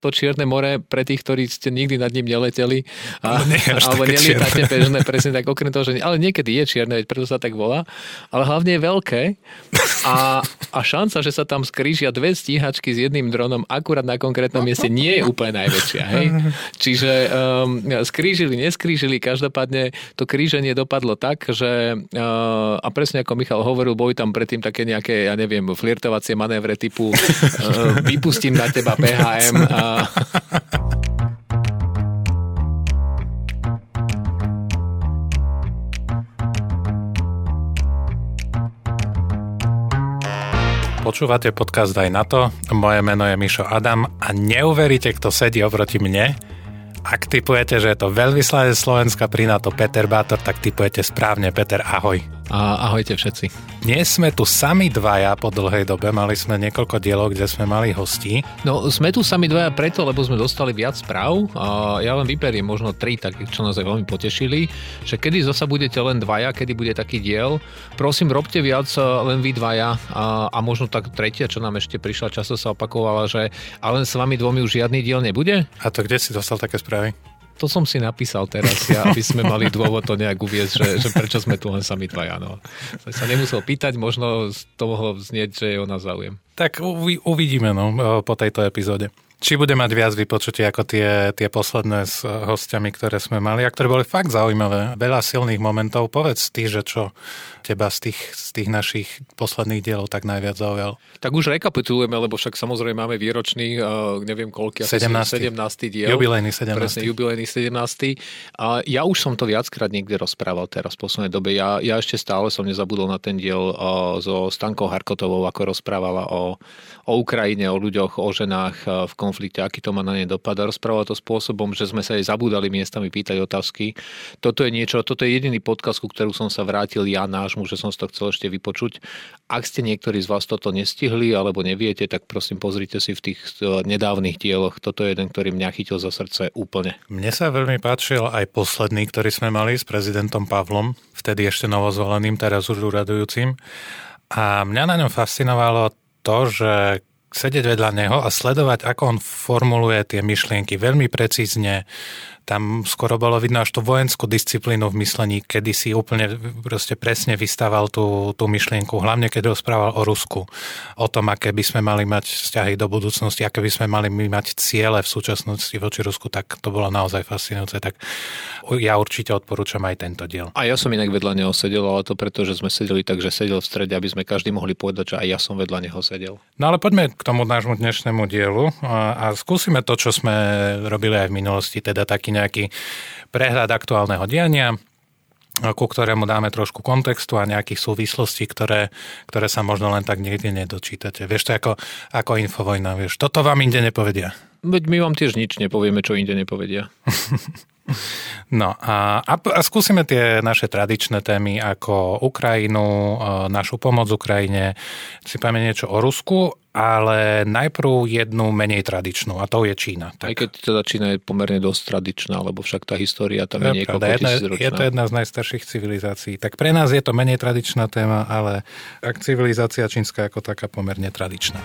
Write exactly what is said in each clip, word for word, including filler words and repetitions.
to Čierne more pre tých, ktorí ste nikdy nad ním neleteli a, nie, alebo nelietate bežné, presne tak, okrem toho, že ale niekedy je čierne, preto sa tak volá, ale hlavne je veľké a, a šanca, že sa tam skrížia dve stíhačky s jedným dronom akurát na konkrétnom mieste nie je úplne najväčšia. Hej? Čiže um, skrížili, neskrížili, každopádne to kríženie dopadlo tak, že uh, a presne ako Michal hovoril, boli tam predtým také nejaké, ja neviem, flirtovacie manévre typu uh, vypustím na teba pé há em a Počúvate podcast Aj na to. Moje meno je Mišo Adam a neuveríte, kto sedí oproti mne. Ak tipujete, že je to veľvyslanec Slovenska pri NATO Peter Bátor, tak tipujete správne. Peter, ahoj. A ahojte všetci. Nie sme tu sami dvaja po dlhej dobe, mali sme niekoľko dielov, kde sme mali hostí. No, sme tu sami dvaja preto, lebo sme dostali viac správ a ja len vyberiem možno tri, tak, čo nás aj veľmi potešili, že kedy zasa budete len dvaja, kedy bude taký diel. Prosím, robte viac len vy dvaja a, a možno tak tretia, čo nám ešte prišla, často sa opakovala, že a len s vami dvomi už žiadny diel nebude. A to kde si dostal také správy? To som si napísal teraz, ja, aby sme mali dôvod to nejak uviesť, že, že prečo sme tu len sami dvaja. No. Som sa nemusel pýtať, možno to mohlo vznieť, že je o nás záujem. Tak uvi, uvidíme no, po tejto epizóde. Či bude mať viac vypočutí ako tie, tie posledné s hostiami, ktoré sme mali a ktoré boli fakt zaujímavé. Veľa silných momentov. Povedz ty, že čo teba z tých, z tých našich posledných dielov tak najviac zaujal. Tak už rekapitulujeme, lebo však samozrejme máme výročný, uh, neviem koľký, sedemnásty diel. Jubilejný sedemnásty. Presne, jubilejný sedemnásty. A ja už som to viackrát niekde rozprával teraz v poslednej dobe. Ja, ja ešte stále som nezabudol na ten diel uh, so Stankou Harkotovou, ako rozprávala o, o Ukrajine, o ľuďoch, o ženách uh, v konflikte, aký to má na ne dopad. Rozprávala to spôsobom, že sme sa aj zabudali miestami pýtať otázky. Toto je niečo, toto je jediný podcast, ku ktorú som sa vrátil ja nášmu, že som si to chcel ešte vypočuť. Ak ste niektorí z vás toto nestihli alebo neviete, tak prosím pozrite si v tých nedávnych dieloch. Toto je jeden, ktorý mňa chytil za srdce úplne. Mne sa veľmi páčil aj posledný, ktorý sme mali s prezidentom Pavlom, vtedy ešte novozvoleným, teraz už uradujúcim. A mňa na ňom fascinovalo to, že sedieť vedľa neho a sledovať, ako on formuluje tie myšlienky veľmi precízne. Tam skoro bolo vidno až tú vojenskú disciplínu v myslení, kedy si úplne proste presne vystával tú, tú myšlienku, hlavne keď rozprával o Rusku, o tom, aké by sme mali mať vzťahy do budúcnosti, aké by sme mali mať ciele v súčasnosti voči Rusku, tak to bolo naozaj fascinujúce. Tak ja určite odporúčam aj tento diel. A ja som inak vedľa neho sedel, ale to preto, že sme sedeli tak, že sedel v strede, aby sme každý mohli povedať, že aj ja som vedľa neho sedel. No ale poďme k tomu nášmu dnešnému dielu a, a skúsime to, čo sme robili aj v minulosti, teda taký nejaký prehľad aktuálneho diania, ku ktorému dáme trošku kontextu a nejakých súvislostí, ktoré, ktoré sa možno len tak niekde nedočítate. Vieš, to je ako, ako Infovojna, vieš. Toto vám inde nepovedia. Veď my vám tiež nič nepovieme, čo inde nepovedia. No a, a, a skúsime tie naše tradičné témy ako Ukrajinu, našu pomoc Ukrajine, si povieme niečo o Rusku, ale najprv jednu menej tradičnú a to je Čína. Tak. Aj keď teda Čína je pomerne dosť tradičná, lebo však tá história tam je niekoľko tisícročná. Je to jedna z najstarších civilizácií. Tak pre nás je to menej tradičná téma, ale ak civilizácia čínska ako taká pomerne tradičná.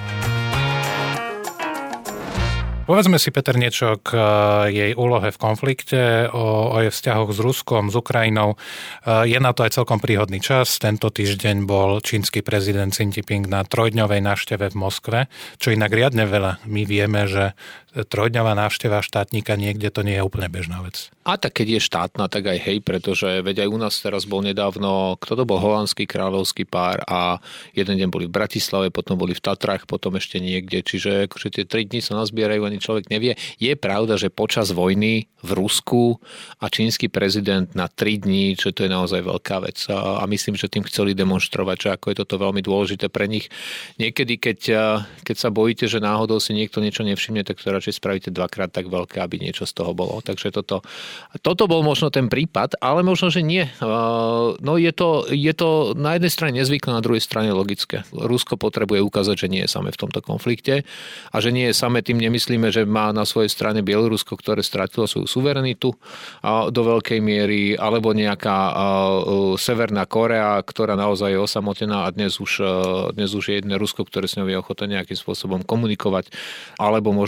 Povedzme si, Peter, niečo k jej úlohe v konflikte, o, o jej vzťahoch s Ruskom, s Ukrajinou. Je na to aj celkom príhodný čas. Tento týždeň bol čínsky prezident Xi Jinping na trojdňovej návšteve v Moskve, čo inak riadne veľa. My vieme, že trojdňová návšteva štátnika niekde to nie je úplne bežná vec. A tak keď je štátna, tak aj hej, pretože veď aj u nás teraz bol nedávno, kto to bol, holandský kráľovský pár a jeden deň boli v Bratislave, potom boli v Tatrách, potom ešte niekde, čiže akože tie tri dni sa nazbierajú, ani človek nevie. Je pravda, že počas vojny v Rusku a čínsky prezident na tri dni, čo to je naozaj veľká vec a, a myslím, že tým chceli demonštrovať, že ako je toto veľmi dôležité pre nich. Niekedy, keď, keď sa bojíte, že náhodou si niekto niečo nevšimne, tak to radšej spravíte dvakrát tak veľké, aby niečo z toho bolo. Takže toto Toto bol možno ten prípad, ale možno, že nie. No je to, je to na jednej strane nezvyklé, na druhej strane logické. Rusko potrebuje ukázať, že nie je samé v tomto konflikte a že nie je samé, tým nemyslíme, že má na svojej strane Bielorusko, ktoré stratilo svoju suverenitu do veľkej miery, alebo nejaká Severná Korea, ktorá naozaj je osamotená a dnes už, dnes už je jedné Rusko, ktoré s ňou je ochotné nejakým spôsobom komunikovať, alebo možno ešte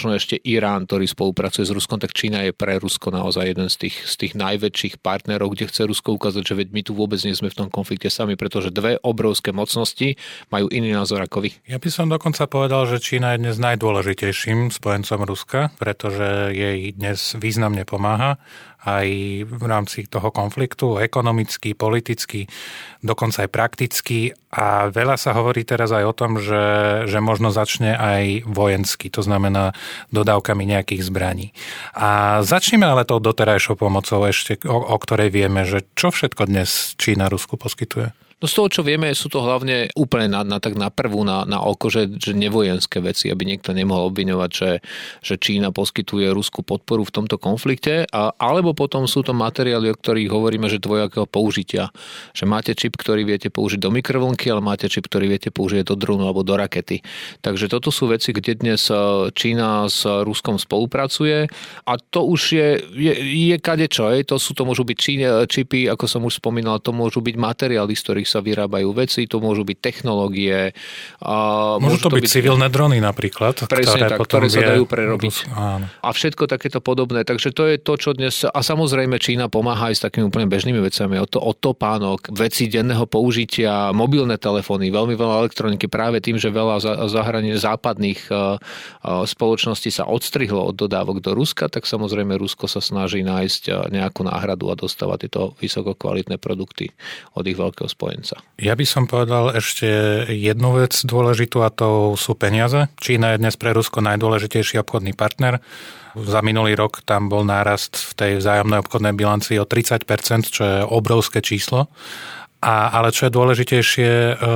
Irán, ktorý spolupracuje s Ruskom, tak Čína je pre Rusko naozaj jeden z tých, z tých najväčších partnerov, kde chce Rusko ukázať, že veď my tu vôbec nie sme v tom konflikte sami, pretože dve obrovské mocnosti majú iný názor ako vy. Ja by som dokonca povedal, že Čína je dnes najdôležitejším spojencom Ruska, pretože jej dnes významne pomáha aj v rámci toho konfliktu, ekonomicky, politicky, dokonca aj prakticky. A veľa sa hovorí teraz aj o tom, že, že možno začne aj vojensky, to znamená dodávkami nejakých zbraní. A začneme ale tou doterajšou pomocou ešte, o, o ktorej vieme, že čo všetko dnes Čína Rusku poskytuje. No z toho, čo vieme, sú to hlavne úplne na, na, tak na prvú, na, na oko, že, že nevojenské veci, aby niekto nemohol obviňovať, že, že Čína poskytuje Rusku podporu v tomto konflikte, a, alebo potom sú to materiály, o ktorých hovoríme, že dvojakého použitia. Že máte čip, ktorý viete použiť do mikrovlnky, ale máte čip, ktorý viete použiť do dronu alebo do rakety. Takže toto sú veci, kde dnes Čína s Ruskom spolupracuje, a to už je, je, je kadečo. To sú to môžu byť číne, čipy, ako som už spomínal, to môžu byť materiály, z ktorých sa vyrábajú veci, to môžu byť technológie. A môžu, môžu to byť, byť civilné drony napríklad, presne ktoré, tak, ktoré sa dajú prerobiť. Áno. A všetko takéto podobné. Takže to je to, čo dnes... A samozrejme Čína pomáha aj s takými úplne bežnými vecami. Od, to, od topánok, veci denného použitia, mobilné telefóny, veľmi veľa elektroniky, práve tým, že veľa zahranie západných spoločností sa odstrihlo od dodávok do Ruska, tak samozrejme Rusko sa snaží nájsť nejakú náhradu a dostávať tieto vysokokvalitné produkty od ich veľkého spojenca. Ja by som povedal ešte jednu vec dôležitú, a to sú peniaze. Čína je dnes pre Rusko najdôležitejší obchodný partner. Za minulý rok tam bol nárast v tej vzájomnej obchodnej bilancii o tridsať percent, čo je obrovské číslo. A, ale čo je dôležitejšie,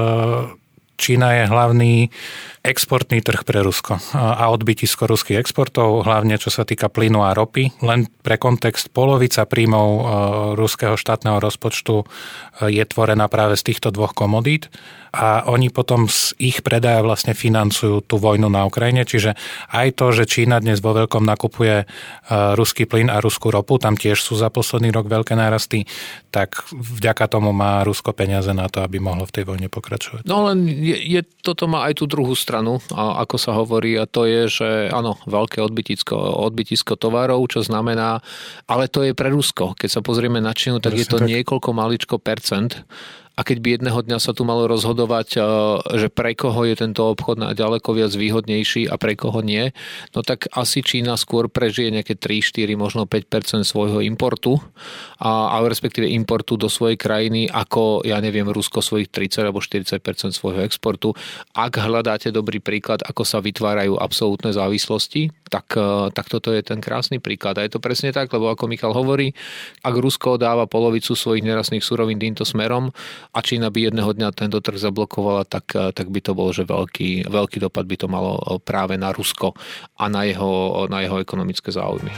Čína je hlavný exportný trh pre Rusko a odbytisko ruských exportov, hlavne čo sa týka plynu a ropy. Len pre kontext, polovica príjmov ruského štátneho rozpočtu je tvorená práve z týchto dvoch komodít a oni potom z ich predaja vlastne financujú tú vojnu na Ukrajine. Čiže aj to, že Čína dnes vo veľkom nakupuje ruský plyn a ruskú ropu, tam tiež sú za posledný rok veľké nárasty, tak vďaka tomu má Rusko peniaze na to, aby mohlo v tej vojne pokračovať. No len je, je, toto má aj tú druhú stranu, a ako sa hovorí, a to je, že áno, veľké odbytisko, odbytisko tovarov, čo znamená, ale to je pre Rusko. Keď sa pozrieme na Čínu, tak Presne je to tak. Niekoľko maličko percent. A keď by jedného dňa sa tu malo rozhodovať, že pre koho je tento obchod ďaleko viac výhodnejší a pre koho nie, no tak asi Čína skôr prežije nejaké tri, štyri, možno päť percent svojho importu, a, a respektíve importu do svojej krajiny, ako, ja neviem, Rusko svojich tridsať alebo štyridsať percent svojho exportu. Ak hľadáte dobrý príklad, ako sa vytvárajú absolútne závislosti, tak, tak toto je ten krásny príklad. A je to presne tak, lebo ako Michal hovorí, ak Rusko dáva polovicu svojich nerastných surovín týmto smerom, a Čína by jedného dňa tento trh zablokovala, tak, tak by to bolo, že veľký, veľký dopad by to malo práve na Rusko a na jeho, na jeho ekonomické záujmy.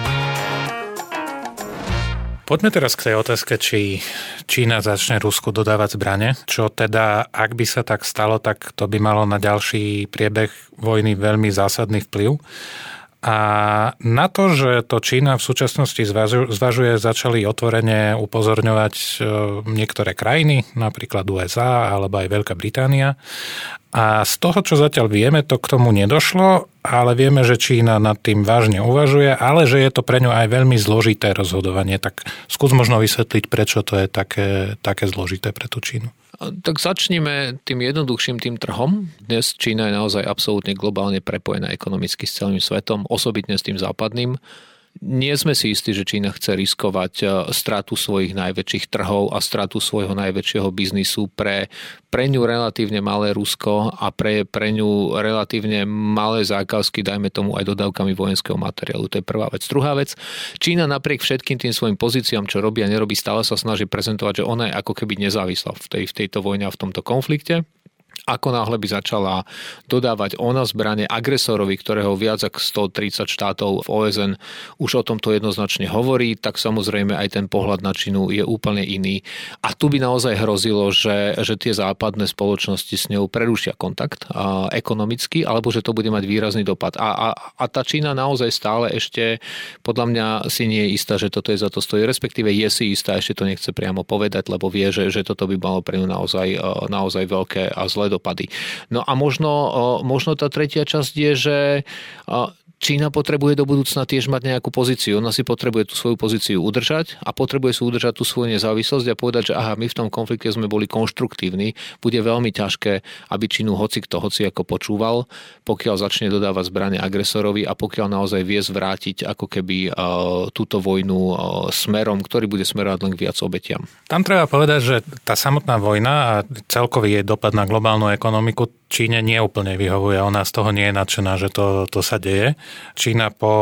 Poďme teraz k tej otázke, či Čína začne Rusku dodávať zbrane, čo teda, ak by sa tak stalo, tak to by malo na ďalší priebeh vojny veľmi zásadný vplyv. A na to, že to Čína v súčasnosti zvažuje, začali otvorene upozorňovať niektoré krajiny, napríklad ú es á alebo aj Veľká Británia. A z toho, čo zatiaľ vieme, to k tomu nedošlo, ale vieme, že Čína nad tým vážne uvažuje, ale že je to pre ňu aj veľmi zložité rozhodovanie. Tak skús možno vysvetliť, prečo to je také, také zložité pre tú Čínu. Tak začneme tým jednoduchším tým trhom. Dnes Čína je naozaj absolútne globálne prepojená ekonomicky s celým svetom, osobitne s tým západným. Nie sme si istí, že Čína chce riskovať stratu svojich najväčších trhov a stratu svojho najväčšieho biznisu pre, pre ňu relatívne malé Rusko a pre, pre ňu relatívne malé zákazky, dajme tomu aj dodávkami vojenského materiálu. To je prvá vec. Druhá vec, Čína napriek všetkým tým svojim pozíciám, čo robí a nerobí, stále sa snaží prezentovať, že ona je ako keby nezávislá v, tej, v tejto vojne a v tomto konflikte. Ako náhle by začala dodávať ona zbrane agresorovi, ktorého viac ako stotridsať štátov v ó es en už o tomto jednoznačne hovorí, tak samozrejme aj ten pohľad na Čínu je úplne iný. A tu by naozaj hrozilo, že, že tie západné spoločnosti s ňou prerušia kontakt a, ekonomicky, alebo že to bude mať výrazný dopad. A, a, a tá Čína naozaj stále ešte, podľa mňa si nie je istá, že toto je za to stojí, respektíve je si istá, ešte to nechce priamo povedať, lebo vie, že, že toto by malo pre ňu naozaj, naozaj veľké a zlé dopady. No a možno, možno tá tretia časť je, že Čína potrebuje do budúcna tiež mať nejakú pozíciu. Ona si potrebuje tú svoju pozíciu udržať a potrebuje si udržať tú svoju nezávislosť a povedať, že aha, my v tom konflikte sme boli konštruktívni. Bude veľmi ťažké, aby Čínu hoci kto hoci ako počúval, pokiaľ začne dodávať zbrane agresorovi a pokiaľ naozaj vie zvrátiť ako keby túto vojnu smerom, ktorý bude smerovať len k viac obetiam. Tam treba povedať, že tá samotná vojna a celkový jej dopad na globálnu ekonomiku Číne neúplne vyhovuje. Ona z toho nie je nadšená, že to, to sa deje. Čína po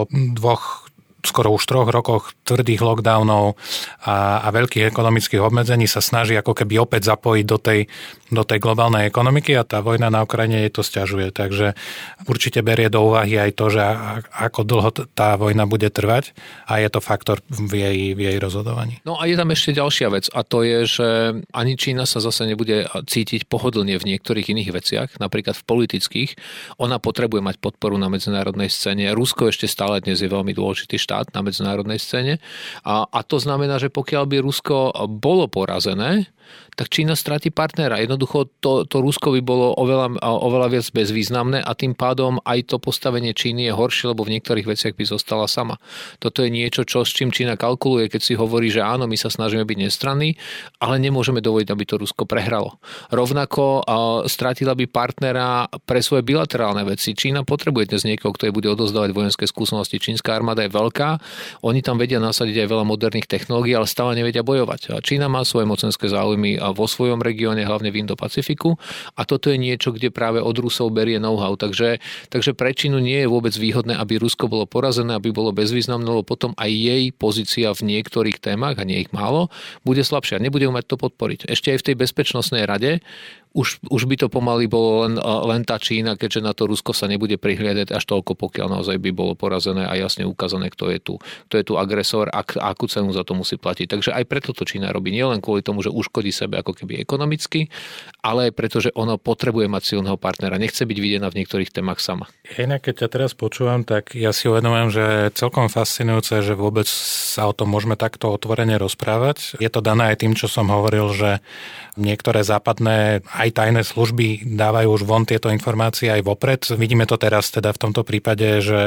dvoch, skoro už troch rokoch tvrdých lockdownov a, a veľkých ekonomických obmedzení sa snaží ako keby opäť zapojiť do tej, do tej globálnej ekonomiky a tá vojna na Ukrajine jej to sťažuje. Takže určite berie do úvahy aj to, že ako dlho tá vojna bude trvať a je to faktor v jej, v jej rozhodovaní. No a je tam ešte ďalšia vec a to je, že ani Čína sa zase nebude cítiť pohodlne v niektorých iných veciach, napríklad v politických. Ona potrebuje mať podporu na medzinárodnej scéne. Rusko ešte stále dnes je veľmi dôležitý štát na medzinárodnej scéne a, a to znamená, že pokiaľ by Rusko bolo porazené, tak Čína stratí partnera. Jednoducho to, to Rusko by bolo oveľa, oveľa viac bezvýznamné a tým pádom aj to postavenie Číny je horšie, lebo v niektorých veciach by zostala sama. Toto je niečo, čo, s čím Čína kalkuluje, keď si hovorí, že áno, my sa snažíme byť nestranní, ale nemôžeme dovoliť, aby to Rusko prehralo. Rovnako stratila by partnera pre svoje bilaterálne veci. Čína potrebuje dnes niekoho, kto jej bude odozdávať vojenské skúsenosti. Čínska armáda je veľká, oni tam vedia nasadiť aj veľa moderných technológií, ale stále nevedia bojovať. A Čína má svoje mocenské záujmy vo svojom regióne, hlavne v Indo-Pacifiku a toto je niečo, kde práve od Rusov berie know-how. Takže, takže pre Čínu nie je vôbec výhodné, aby Rusko bolo porazené, aby bolo bezvýznamné, lebo potom aj jej pozícia v niektorých témach, a nie ich málo, bude slabšia. Nebude mať to podporiť. Ešte aj v tej bezpečnostnej rade Už, už by to pomaly bolo len, len tá Čína, keďže na to Rusko sa nebude prihliadať až toľko, pokiaľ naozaj by bolo porazené a jasne ukázané, kto je tu, kto je tu agresor a akú cenu za to musí platiť. Takže aj preto to Čína robí. Nielen kvôli tomu, že uškodí sebe ako keby ekonomicky, ale aj preto, že ono potrebuje mať silného partnera. Nechce byť videná v niektorých témach sama. Inak, keď ťa teraz počúvam, tak ja si uvedomujem, že je celkom fascinujúce, že vôbec sa o tom môžeme takto otvorene rozprávať. Je to dané aj tým, čo som hovoril, že niektoré západné aj tajné služby dávajú už von tieto informácie aj vopred. Vidíme to teraz teda v tomto prípade, že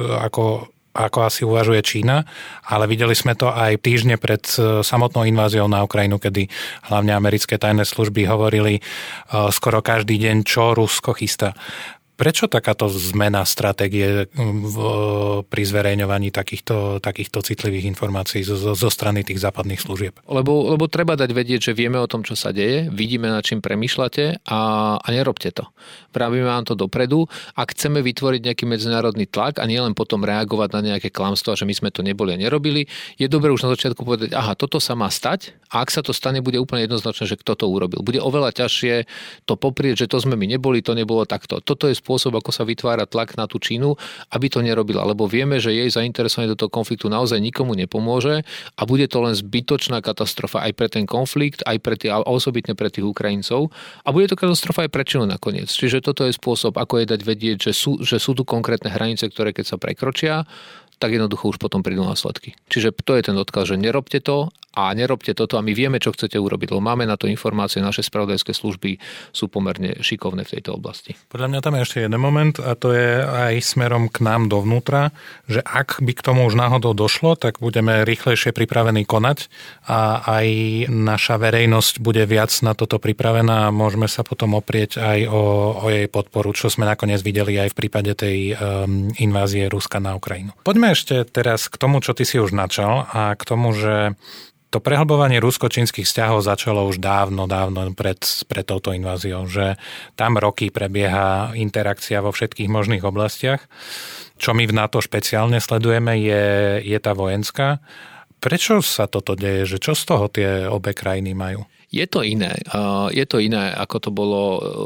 ako ako asi uvažuje Čína, ale videli sme to aj týždne pred samotnou inváziou na Ukrajinu, kedy hlavne americké tajné služby hovorili skoro každý deň, čo Rusko chystá. Prečo takáto zmena stratégie v, pri zverejňovaní takýchto, takýchto citlivých informácií zo, zo strany tých západných služieb? Lebo, lebo treba dať vedieť, že vieme o tom, čo sa deje, vidíme, nad čím premýšľate a, a nerobte to. Vravíme vám to dopredu. Ak chceme vytvoriť nejaký medzinárodný tlak a nielen potom reagovať na nejaké klamstvá, že my sme to neboli a nerobili, je dobré už na začiatku povedať, aha, toto sa má stať a ak sa to stane, bude úplne jednoznačné, že kto to urobil. Bude oveľa ťažšie to poprieť, že to sme my neboli, to nebolo takto. Toto je spôsob, ako sa vytvára tlak na tú Čínu, aby to nerobila, lebo vieme, že jej zainteresovanie do toho konfliktu naozaj nikomu nepomôže a bude to len zbytočná katastrofa aj pre ten konflikt, aj pre tých, a osobitne pre tých Ukrajincov a bude to katastrofa aj pre Čínu nakoniec. Čiže toto je spôsob, ako jej dať vedieť, že sú, že sú tu konkrétne hranice, ktoré keď sa prekročia, tak jednoducho už potom prídu následky. Čiže to je ten odkaz, že nerobte to a nerobte toto a my vieme, čo chcete urobiť, lebo máme na to informácie, naše spravodajské služby sú pomerne šikovné v tejto oblasti. Podľa mňa tam je ešte jeden moment a to je aj smerom k nám dovnútra, že ak by k tomu už náhodou došlo, tak budeme rýchlejšie pripravení konať a aj naša verejnosť bude viac na toto pripravená a môžeme sa potom oprieť aj o, o jej podporu, čo sme nakoniec videli aj v prípade tej um, invázie Ruska na Ukrajinu. Poďme ešte teraz k tomu, čo ty si už načal a k tomu, že to prehlbovanie rusko-čínskych vzťahov začalo už dávno, dávno pred, pred touto inváziou, že tam roky prebieha interakcia vo všetkých možných oblastiach. Čo my v NATO špeciálne sledujeme je, je tá vojenská. Prečo sa toto deje? Že čo z toho tie obe krajiny majú? Je to iné. Je to iné, ako to bolo,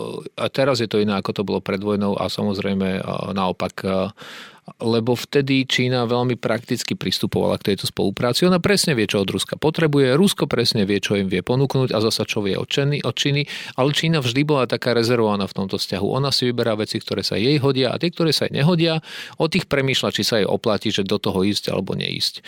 a teraz je to iné, ako to bolo pred vojnou a samozrejme naopak, lebo vtedy Čína veľmi prakticky pristupovala k tejto spolupráci. Ona presne vie, čo od Ruska potrebuje, Rusko presne vie, čo im vie ponúknuť a zasa čo vie od Číny, od Číny, ale Čína vždy bola taká rezervovaná v tomto vzťahu. Ona si vyberá veci, ktoré sa jej hodia a tie, ktoré sa jej nehodia, o tých premýšľa, či sa jej oplatí, že do toho ísť alebo neísť.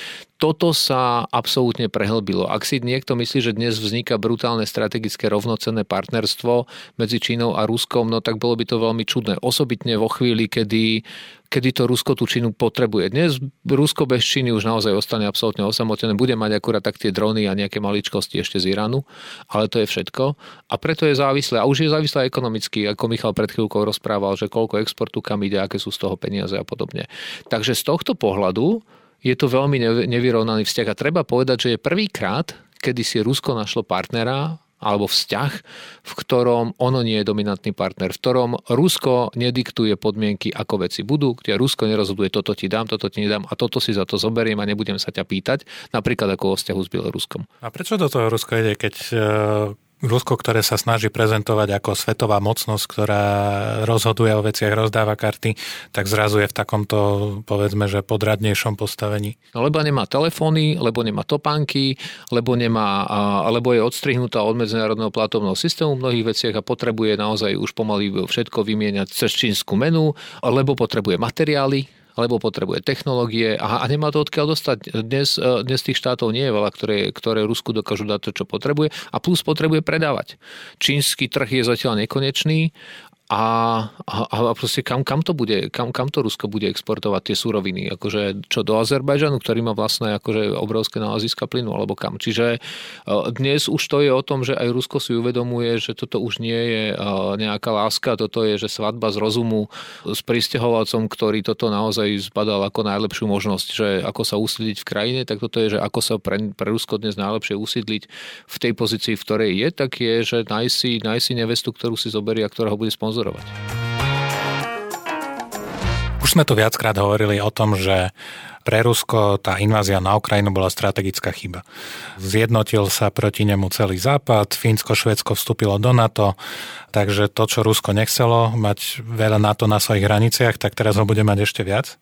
toto sa absolútne prehlbilo. Ak si niekto myslí, že dnes vzniká brutálne strategické rovnocenné partnerstvo medzi Čínou a Ruskom, no tak bolo by to veľmi čudné. Osobitne vo chvíli, kedy, kedy to Rusko tú Čínu potrebuje. Dnes Rusko bez Číny už naozaj ostane absolútne osamotené. Bude mať akurát tak tie drony a nejaké maličkosti ešte z Iránu, ale to je všetko. A preto je závislé. A už je závislé ekonomicky, ako Michal pred chvíľkou rozprával, že koľko exportu kam ide, aké sú z toho peniaze a podobne. Takže z tohto pohľadu je to veľmi nevyrovnaný vzťah a treba povedať, že je prvýkrát, kedy si Rusko našlo partnera alebo vzťah, v ktorom ono nie je dominantný partner, v ktorom Rusko nediktuje podmienky, ako veci budú, kde Rusko nerozhoduje, toto ti dám, toto ti nedám a toto si za to zoberiem a nebudem sa ťa pýtať, napríklad ako o vzťahu s Bieloruskom. A prečo do toho Rusko ide, keď Rusko, ktoré sa snaží prezentovať ako svetová mocnosť, ktorá rozhoduje o veciach, rozdáva karty, tak zrazu je v takomto, povedzme, že podradnejšom postavení? No, lebo nemá telefóny, lebo nemá topánky, lebo, nemá, lebo je odstrihnutá od medzinárodného platobného systému v mnohých veciach a potrebuje naozaj už pomaly všetko vymieňať cez čínsku menu, lebo potrebuje materiály, lebo potrebuje technológie a, a nemá to odkiaľ dostať. Dnes, dnes tých štátov nie je veľa, ktoré, ktoré Rusku dokážu dať to, čo potrebuje a plus potrebuje predávať. Čínsky trh je zatiaľ nekonečný a, a, a proste kam, kam to bude, kam, kam to Rusko bude exportovať tie suroviny, akože čo do Azerbajdžanu, ktorý má vlastné akože obrovské náleziska plynu, alebo kam. Čiže dnes už to je o tom, že aj Rusko si uvedomuje, že toto už nie je nejaká láska, toto je, že svadba z rozumu s prisťahovalcom, ktorý toto naozaj zbadal ako najlepšiu možnosť, že ako sa usídliť v krajine, tak toto je, že ako sa pre, pre Rusko dnes najlepšie usídliť v tej pozícii, v ktorej je, tak je, že nájsť si, nájsť si nevestu, ktorú si zoberie a ktorá ho bude sponzorovať. Už sme tu viackrát hovorili o tom, že pre Rusko tá invázia na Ukrajinu bola strategická chyba. Zjednotil sa proti nemu celý Západ, Fínsko, Švédsko vstúpilo do NATO, takže to, čo Rusko nechcelo, mať veľa NATO na svojich hraniciach, tak teraz ho bude mať ešte viac.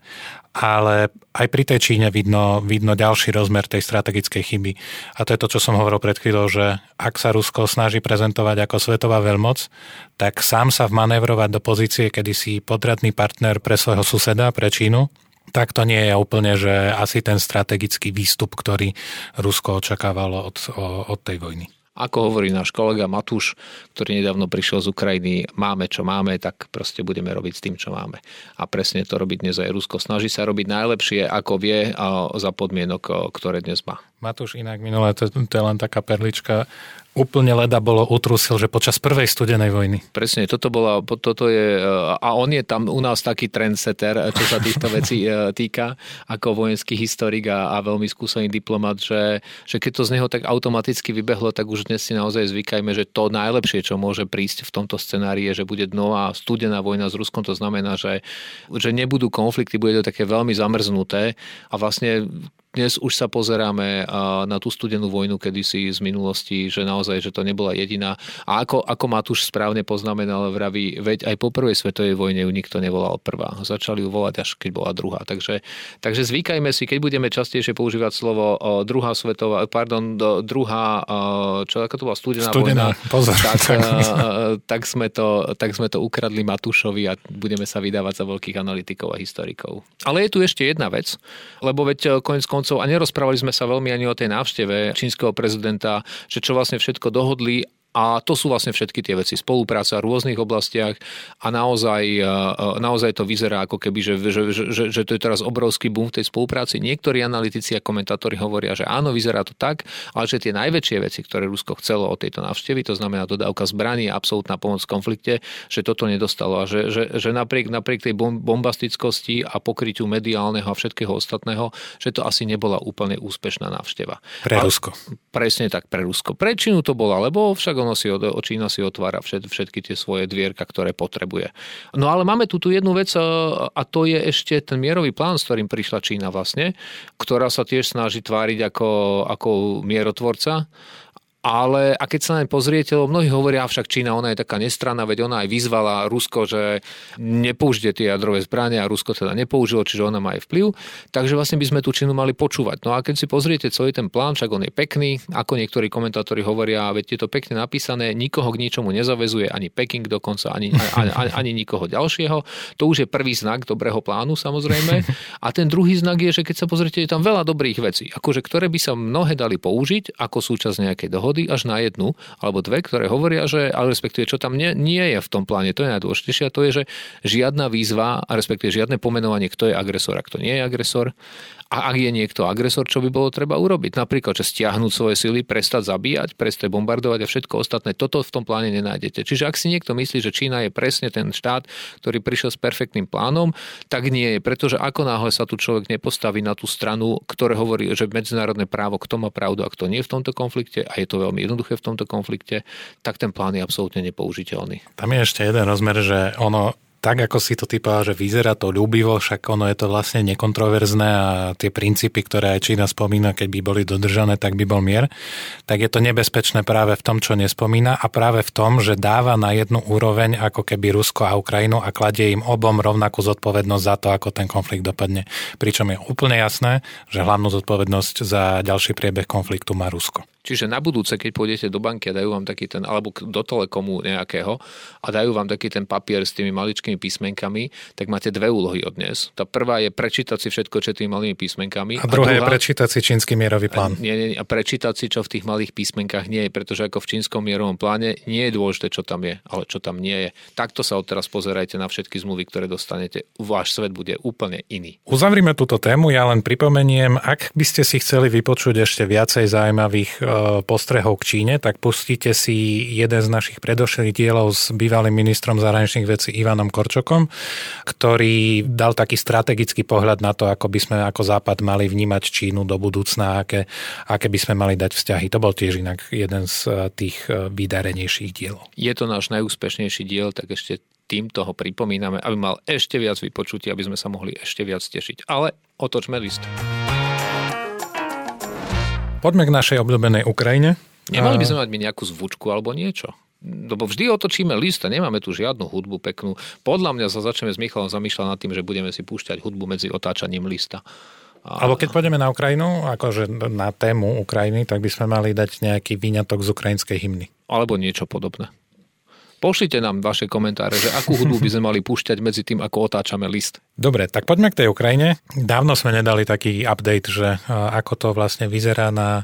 Ale aj pri tej Číne vidno, vidno ďalší rozmer tej strategickej chyby. A to je to, čo som hovoril pred chvíľou, že ak sa Rusko snaží prezentovať ako svetová veľmoc, tak sám sa vmanévrovať do pozície, kedy si podradný partner pre svojho suseda, pre Čínu, tak to nie je úplne, že asi ten strategický výstup, ktorý Rusko očakávalo od, od tej vojny. Ako hovorí náš kolega Matúš, ktorý nedávno prišiel z Ukrajiny, máme čo máme, tak proste budeme robiť s tým, čo máme. A presne to robiť dnes aj Rusko. Snaží sa robiť najlepšie, ako vie, za podmienok, ktoré dnes má. Matúš, inak minulé, to, to je len taká perlička, úplne leda bolo utrusil, že počas prvej studenej vojny. Presne, toto bola, toto je, a on je tam u nás taký trendsetter, čo sa týchto vecí týka, ako vojenský historik a, a veľmi skúsený diplomat, že, že keď to z neho tak automaticky vybehlo, tak už dnes si naozaj zvykajme, že to najlepšie, čo môže prísť v tomto scenárii, je, že bude nová studená vojna s Ruskom, to znamená, že, že nebudú konflikty, bude to také veľmi zamrznuté a vlastne dnes už sa pozeráme na tú studenú vojnu kedysi z minulosti, že naozaj, že to nebola jediná. A ako, ako Matúš správne poznamenal, vraví, veď aj po prvej svetovej vojne ju nikto nevolal prvá. Začali ju volať až keď bola druhá. Takže, takže zvykajme si, keď budeme častejšie používať slovo druhá svetová, pardon, druhá, čo ako to bola studená, studená vojna, pozor, tak, tak, sme to, tak sme to ukradli Matúšovi a budeme sa vydávať za veľkých analytikov a historikov. Ale je tu ešte jedna vec, lebo veď koniec a nerozprávali sme sa veľmi ani o tej návšteve čínskeho prezidenta, že čo vlastne všetko dohodli. A to sú vlastne všetky tie veci. Spolupráca v rôznych oblastiach a naozaj, naozaj to vyzerá ako keby, že, že, že, že to je teraz obrovský boom v tej spolupráci. Niektorí analytici a komentátori hovoria, že áno, vyzerá to tak, ale že tie najväčšie veci, ktoré Rusko chcelo od tejto návštevy, to znamená dodávka zbraní a absolútna pomoc v konflikte, že toto nedostalo. A že, že, že napriek, napriek tej bombastickosti a pokryťu mediálneho a všetkého ostatného, že to asi nebola úplne úspešná návšteva. Pre Rusko. Presne tak, pre Rusko. Pre Čínu to bola, lebo však ono si, Čína si otvára všet, všetky tie svoje dvierka, ktoré potrebuje. No ale máme tu tú jednu vec a to je ešte ten mierový plán, s ktorým prišla Čína vlastne, ktorá sa tiež snaží tváriť ako, ako mierotvorca. Ale a keď sa na ne pozriete, mnohí hovoria, však Čína, ona je taká nestranná, veď ona aj vyzvala Rusko, že nepoužite tie jadrové zbrane a Rusko teda nepoužilo, čiže ona má aj vplyv. Takže vlastne by sme tú Čínu mali počúvať. No a keď si pozriete celý ten plán, však on je pekný, ako niektorí komentátori hovoria, veď je to pekne napísané, nikoho k ničomu nezaväzuje, ani Peking dokonca, ani, ani, ani, ani nikoho ďalšieho. To už je prvý znak dobrého plánu, samozrejme. A ten druhý znak je, že keď sa pozriete, je tam veľa dobrých vecí, akože ktoré by sa mnohé dali použiť ako súčasť nejakej dohody, až na jednu alebo dve, ktoré hovoria, že, ale respektíve, čo tam nie, nie je v tom pláne, to je najdôležitejšie, a to je, že žiadna výzva, a respektíve žiadne pomenovanie, kto je agresor a kto nie je agresor. A ak je niekto agresor, čo by bolo treba urobiť? Napríklad, že stiahnuť svoje sily, prestať zabíjať, prestať bombardovať a všetko ostatné. Toto v tom pláne nenájdete. Čiže ak si niekto myslí, že Čína je presne ten štát, ktorý prišiel s perfektným plánom, tak nie je, pretože ako náhle sa tu človek nepostaví na tú stranu, ktoré hovorí, že medzinárodné právo, kto má pravdu a kto nie v tomto konflikte, a je to veľmi jednoduché v tomto konflikte, tak ten plán je absolútne nepoužiteľný. Tam je ešte jeden rozmer, že ono tak, ako si to ty povedal, že vyzerá to ľúbivo, však ono je to vlastne nekontroverzné a tie princípy, ktoré aj Čína spomína, keď by boli dodržané, tak by bol mier, tak je to nebezpečné práve v tom, čo nespomína, a práve v tom, že dáva na jednu úroveň ako keby Rusko a Ukrajinu a kladie im obom rovnakú zodpovednosť za to, ako ten konflikt dopadne. Pričom je úplne jasné, že hlavnú zodpovednosť za ďalší priebeh konfliktu má Rusko. Čiže na budúce, keď pôjdete do banky a dajú vám taký ten, alebo do Telekomu nejakého a dajú vám taký ten papier s tými maličkými písmenkami, tak máte dve úlohy od dnes. Tá prvá je prečítať si všetko, čo tými malými písmenkami. A druhá, a druhá je prečítať si čínsky mierový plán. Nie, nie, a prečítať si, čo v tých malých písmenkách nie je, pretože ako v čínskom mierovom pláne nie je dôležité, čo tam je, ale čo tam nie je. Takto sa odteraz pozerajte na všetky zmluvy, ktoré dostanete. Váš svet bude úplne iný. Uzavrime túto tému, ja len pripomeniem, ak by ste si chceli vypočuť ešte viacej zaujímavých postrehov k Číne, tak pustíte si jeden z našich predošlých dielov s bývalým ministrom zahraničných vecí Ivanom Korčokom, ktorý dal taký strategický pohľad na to, ako by sme ako Západ mali vnímať Čínu do budúcna, aké, aké by sme mali dať vzťahy. To bol tiež inak jeden z tých vydarenejších dielov. Je to náš najúspešnejší diel, tak ešte týmto ho pripomíname, aby mal ešte viac vypočutí, aby sme sa mohli ešte viac tešiť. Ale otočme list. Poďme k našej obľúbenej Ukrajine. Nemali by sme mať my nejakú zvučku alebo niečo? Lebo vždy otočíme list a nemáme tu žiadnu hudbu peknú. Podľa mňa sa začneme s Michalom zamýšľať nad tým, že budeme si púšťať hudbu medzi otáčaním lista. A... Alebo keď pôjdeme na Ukrajinu, akože na tému Ukrajiny, tak by sme mali dať nejaký výňatok z ukrajinskej hymny. Alebo niečo podobné. Pošlite nám vaše komentáre, že akú hudbu by sme mali púšťať medzi tým, ako otáčame list. Dobre, tak poďme k tej Ukrajine. Dávno sme nedali taký update, že ako to vlastne vyzerá na,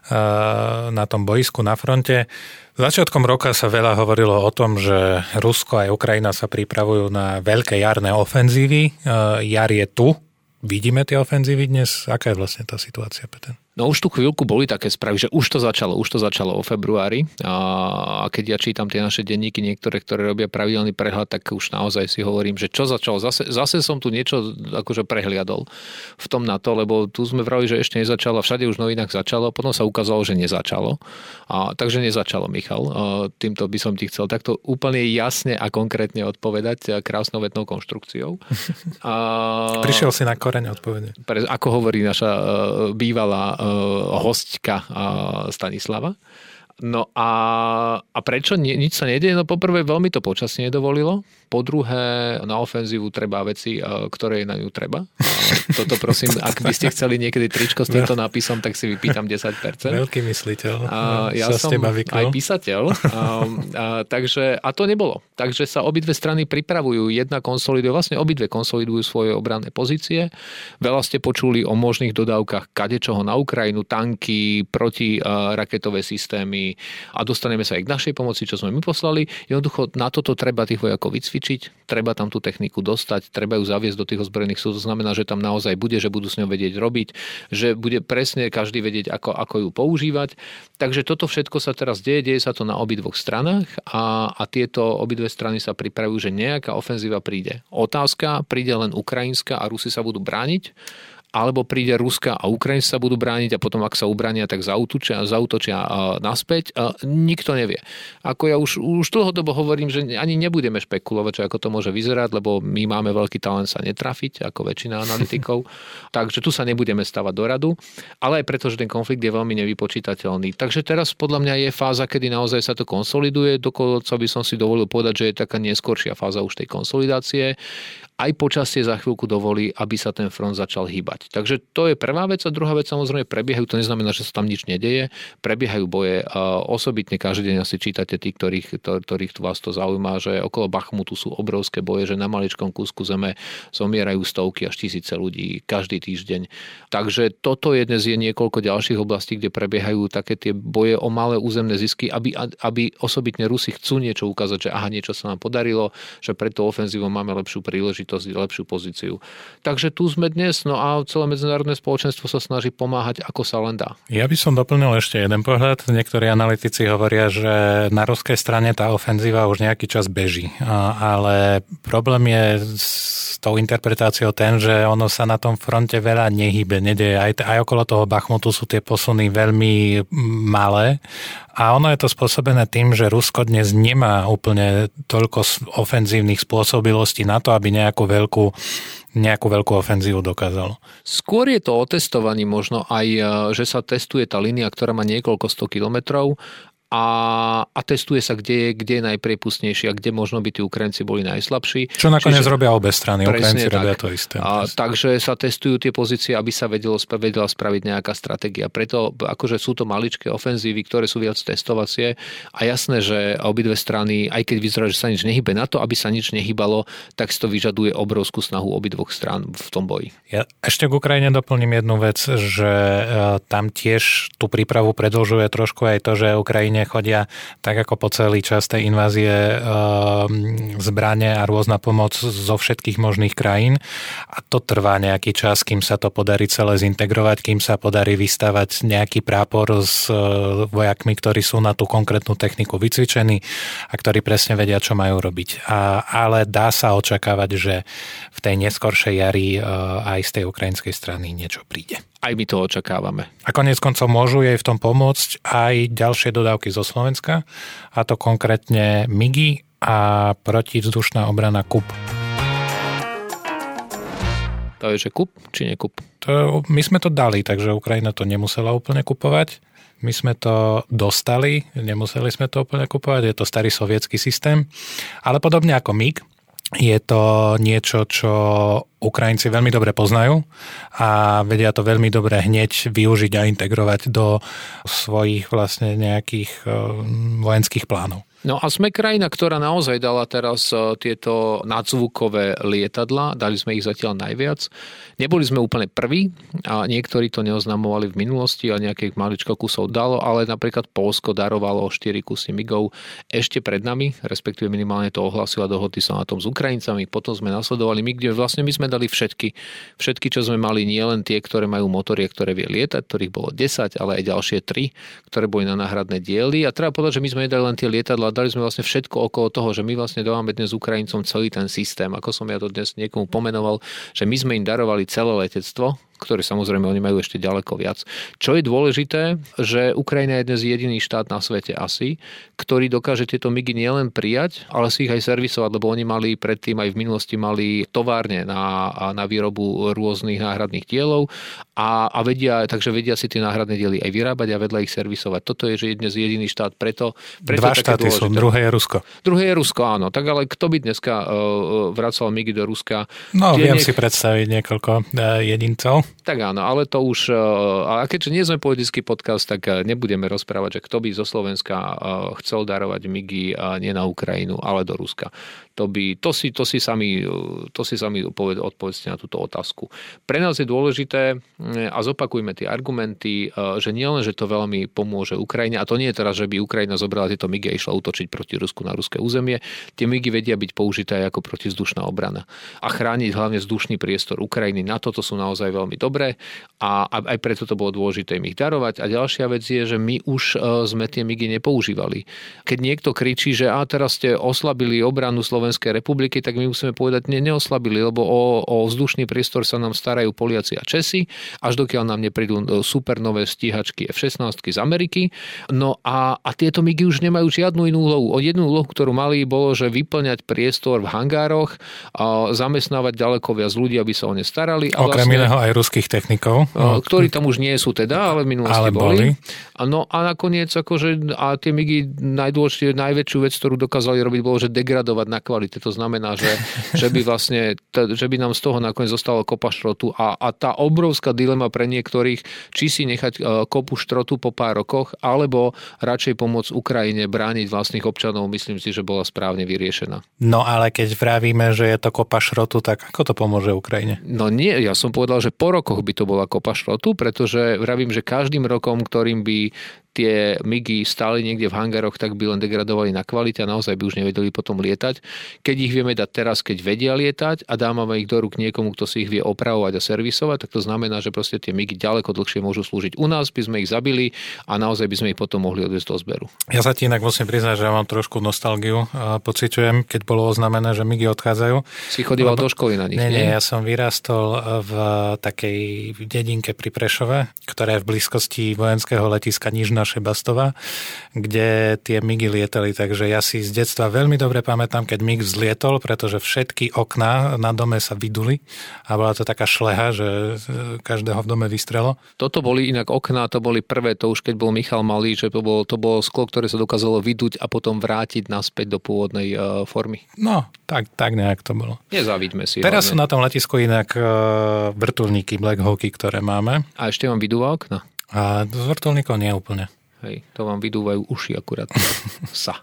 na tom boisku na fronte. Začiatkom roka sa veľa hovorilo o tom, že Rusko aj Ukrajina sa pripravujú na veľké jarné ofenzívy. Jar je tu. Vidíme tie ofenzívy dnes? Aká je vlastne tá situácia, Peter? No už tu chvíľku boli také správy, že už to začalo, už to začalo o februári a keď ja čítam tie naše denníky, niektoré, ktoré robia pravidelný prehľad, tak už naozaj si hovorím, že čo začalo, zase, zase som tu niečo akože prehliadol v tom na to, lebo tu sme vrali, že ešte nezačalo, všade už v novinách začalo, potom sa ukázalo, že nezačalo. A, takže nezačalo, Michal. A, týmto by som ti chcel takto úplne jasne a konkrétne odpovedať krásnou vetnou konštrukciou. A, Prišiel si na koreň odpovede. Pre, ako hovorí naša bývalá hostka Stanislava. No a, a prečo ni, nič sa nedieje? No poprvé veľmi to počasie nedovolilo. Po druhé, na ofenzívu treba veci, ktoré na ňu treba. A toto prosím, ak by ste chceli niekedy tričko s týmto nápisom, tak si vypýtam desať percent. Veľký mysliteľ. A ja som aj písateľ. A, a, takže, a to nebolo. Takže sa obidve strany pripravujú. Jedna konsoliduje, vlastne obidve konsolidujú svoje obranné pozície. Veľa ste počuli o možných dodávkach kadečoho na Ukrajinu, tanky, protiraketové systémy a dostaneme sa aj k našej pomoci, čo sme my poslali. Jednoducho na toto treba tých vojakov vycvičiť, treba tam tú techniku dostať, treba ju zaviesť do tých ozbrojených súl. To znamená, že tam naozaj bude, že budú s ňou vedieť robiť, že bude presne každý vedieť, ako, ako ju používať. Takže toto všetko sa teraz deje, deje sa to na obidvoch stranách a, a tieto obidve strany sa pripravujú, že nejaká ofenzíva príde. Otázka, príde len ukrajinská a Rusi sa budú brániť, alebo príde Ruska a Ukrajinci sa budú brániť a potom, ak sa ubránia, tak zautočia, zautočia naspäť. Nikto nevie. Ako ja už, už dlhodobo hovorím, že ani nebudeme špekulovať, čo ako to môže vyzerať, lebo my máme veľký talent sa netrafiť, ako väčšina analytikov. Takže tu sa nebudeme stavať do radu, ale aj preto, že ten konflikt je veľmi nevypočítateľný. Takže teraz podľa mňa je fáza, kedy naozaj sa to konsoliduje, dokonca by som si dovolil povedať, že je taká neskoršia fáza už tej konsolidácie. Aj počasie za chvíľku dovolí, aby sa ten front začal hýbať. Takže to je prvá vec a druhá vec, samozrejme prebiehajú, to neznamená, že sa tam nič nedeje, prebiehajú boje. Osobitne každý deň asi čítate tí, ktorých, ktorých vás to zaujíma, že okolo Bachmutu sú obrovské boje, že na maličkom kúsku zeme zomierajú stovky až tisíce ľudí každý týždeň. Takže toto je dnes je niekoľko ďalších oblastí, kde prebiehajú také tie boje o malé územné zisky, aby, aby osobitne Rusi chcú niečo ukázať, že aha, niečo sa nám podarilo, že preto ofenzívou máme lepšiu príležitosť, lepšiu pozíciu. Takže tu sme dnes, no a celé medzinárodné spoločenstvo sa snaží pomáhať, ako sa len dá. Ja by som doplnil ešte jeden pohľad. Niektorí analytici hovoria, že na ruskej strane tá ofenzíva už nejaký čas beží. Ale problém je s tou interpretáciou ten, že ono sa na tom fronte veľa nehybe, nedeje. Aj, aj okolo toho Bachmutu sú tie posuny veľmi malé. A ono je to spôsobené tým, že Rusko dnes nemá úplne toľko ofenzívnych spôsobilostí na to, aby nejakú veľkú, nejakú veľkú ofenzívu dokázalo. Skôr je to o testovaní možno aj, že sa testuje tá línia, ktorá má niekoľko sto kilometrov a, a testuje sa, kde je, kde je najpriepustnejšie a kde možno by tí Ukrajinci boli najslabší. Čo nakoniec Čiže, robia obe strany, Ukrajinci tak, robia to isté. A, takže sa testujú tie pozície, aby sa vedelo, vedela spraviť nejaká stratégia. Preto akože sú to maličké ofenzívy, ktoré sú viac testovacie a jasné, že obidve strany, aj keď vyzerá, že sa nič nehybe, na to, aby sa nič nehybalo, tak to vyžaduje obrovskú snahu obidvoch strán v tom boji. Ja ešte k Ukrajine doplním jednu vec, že tam tiež tú prípravu predĺžuje trošku aj to, že Ukrajine chodia tak ako po celý čas tej invázie e, zbrane a rôzna pomoc zo všetkých možných krajín a to trvá nejaký čas, kým sa to podarí celé zintegrovať, kým sa podarí vystavať nejaký prápor s e, vojakmi, ktorí sú na tú konkrétnu techniku vycvičení a ktorí presne vedia, čo majú robiť. A, ale dá sa očakávať, že v tej neskoršej jari e, aj z tej ukrajinskej strany niečo príde. Aj my to očakávame. A koniec koncov môžu jej v tom pomôcť aj ďalšie dodávky zo Slovenska, a to konkrétne MIGI a protivzdušná obrana KUP. To je, že KUP či nekup? To, my sme to dali, takže Ukrajina to nemusela úplne kupovať. My sme to dostali, nemuseli sme to úplne kupovať, je to starý sovietský systém, ale podobne ako MIG, je to niečo, čo Ukrajinci veľmi dobre poznajú a vedia to veľmi dobre hneď využiť a integrovať do svojich vlastne nejakých vojenských plánov. No a sme krajina, ktorá naozaj dala teraz tieto nadzvukové lietadlá, dali sme ich zatiaľ najviac. Neboli sme úplne prví a niektorí to neoznamovali v minulosti a nejakých maličko kusov dalo, ale napríklad Poľsko darovalo štyri kusy MIGov ešte pred nami, respektíve minimálne to ohlasila, dohodli sa na tom s Ukrajincami, potom sme nasledovali my, kde vlastne my sme dali všetky. Všetky, čo sme mali, nie len tie, ktoré majú motory, ktoré vie lietať, ktorých bolo desať, ale aj ďalšie tri, ktoré boli na náhradné diely. A treba povedať, že my sme nedali len tie lietadlá, dali sme vlastne všetko okolo toho, že my vlastne dávame dnes Ukrajincom celý ten systém, ako som ja to dnes niekomu pomenoval, že my sme im darovali celé letectvo, ktoré samozrejme oni majú ešte ďaleko viac. Čo je dôležité, že Ukrajina je dnes jediný štát na svete asi, ktorý dokáže tieto MIGy nielen prijať, ale si ich aj servisovať, lebo oni mali predtým aj v minulosti mali továrne na, na výrobu rôznych náhradných dielov a, a vedia, takže vedia si tie náhradné diely aj vyrábať a vedľa ich servisovať. Toto je, že je dnes jediný štát, preto, preto Dva štáty sú, druhé je Rusko. Druhé je Rusko, áno. Tak ale kto by dneska uh, vracal MIGy do Ruska? No, Tie viem niek- si predstaviť niekoľko uh, jedincov. Tak áno, ale to už, a keďže nie sme politický podcast, tak nebudeme rozprávať, že kto by zo Slovenska chcel darovať MIGy nie na Ukrajinu, ale do Ruska. To, by, to, si, to si sami, to si sami odpovedzte na túto otázku. Pre nás je dôležité, a zopakujme tie argumenty, že nielen, že to veľmi pomôže Ukrajine, a to nie je teraz, že by Ukrajina zobrala tieto MIGy a išla útočiť proti Rusku na ruské územie, tie MIGy vedia byť použité aj ako protivzdušná obrana. A chrániť hlavne vzdušný priestor Ukrajiny. Na toto sú naozaj veľmi dobre a aj preto to bolo dôležité im ich darovať. A ďalšia vec je, že my už sme tie migy nepoužívali. Keď niekto kričí, že a teraz ste oslabili obranu Slovenskej republiky, tak my musíme povedať, ne, neoslabili, lebo o, o vzdušný priestor sa nám starajú Poliaci a Česi, až dokiaľ nám neprídu super nové stíhačky ef šestnásť z Ameriky. No a, a tieto migy už nemajú žiadnu inú úlohu. O jednu úlohu, ktorú mali, bolo, že vyplňať priestor v hangároch, a zamestnávať ďaleko viac ľudí, aby sa o ne starali. A okrem vlastne, iného aj ruských technikov. Ktorí tam už nie sú teda, ale v minulosti ale boli. boli. No a nakoniec, akože, a tie migy najdôležitejšie, najväčšiu vec, ktorú dokázali robiť, bolo, že degradovať na kvalite. To znamená, že, že by vlastne, že by nám z toho nakoniec zostalo kopa šrotu. A, a tá obrovská dilema pre niektorých, či si nechať kopu šrotu po pár rokoch, alebo radšej pomôcť Ukrajine brániť vlastných občanov, myslím si, že bola správne vyriešená. No ale keď vravíme, že je to kopa šrotu, tak ako to pomôže Ukrajine? No nie, ja som povedal, že po rokoch by to bola kopa šrotu, pretože vravím, že každým rokom, ktorým by tie migy stáli niekde v hangároch, tak by len degradovali na kvalite a naozaj by už nevedeli potom lietať. Keď ich vieme dať teraz, keď vedia lietať a dáme ich do rúk niekomu, kto si ich vie opravovať a servisovať, tak to znamená, že proste tie migy ďaleko dlhšie môžu slúžiť u nás, by sme ich zabili a naozaj by sme ich potom mohli odviesť do zberu. Ja sa ti inak musím priznať, že mám trošku nostalgiu a pociťujem, keď bolo oznámené, že migy odchádzajú. Si chodíval Lebo... do školy na nich, nie? Nie, ja som vyrastol v takej dedinke pri Prešove, ktorá je v blízkosti vojenského letiska Nižná Šebastová, kde tie migy lietali, takže ja si z detstva veľmi dobre pamätám, keď mig vzlietol, pretože všetky okná na dome sa vyduli a bola to taká šleha, že každého v dome vystrelo. Toto boli inak okná, to boli prvé, to už keď bol Michal malý, že to bolo, to bolo sklo, ktoré sa dokázalo vyduť a potom vrátiť naspäť do pôvodnej uh, formy. No, tak, tak nejak to bolo. Nezávidme si. Teraz hlavne. Sú na tom letisku inak uh, vrtuľníky Black Hawky, ktoré máme. A ešte vám vydúva okna? A z vrtuľníkov nie úplne. Hej, to vám vydúvajú uši akurát. Sa.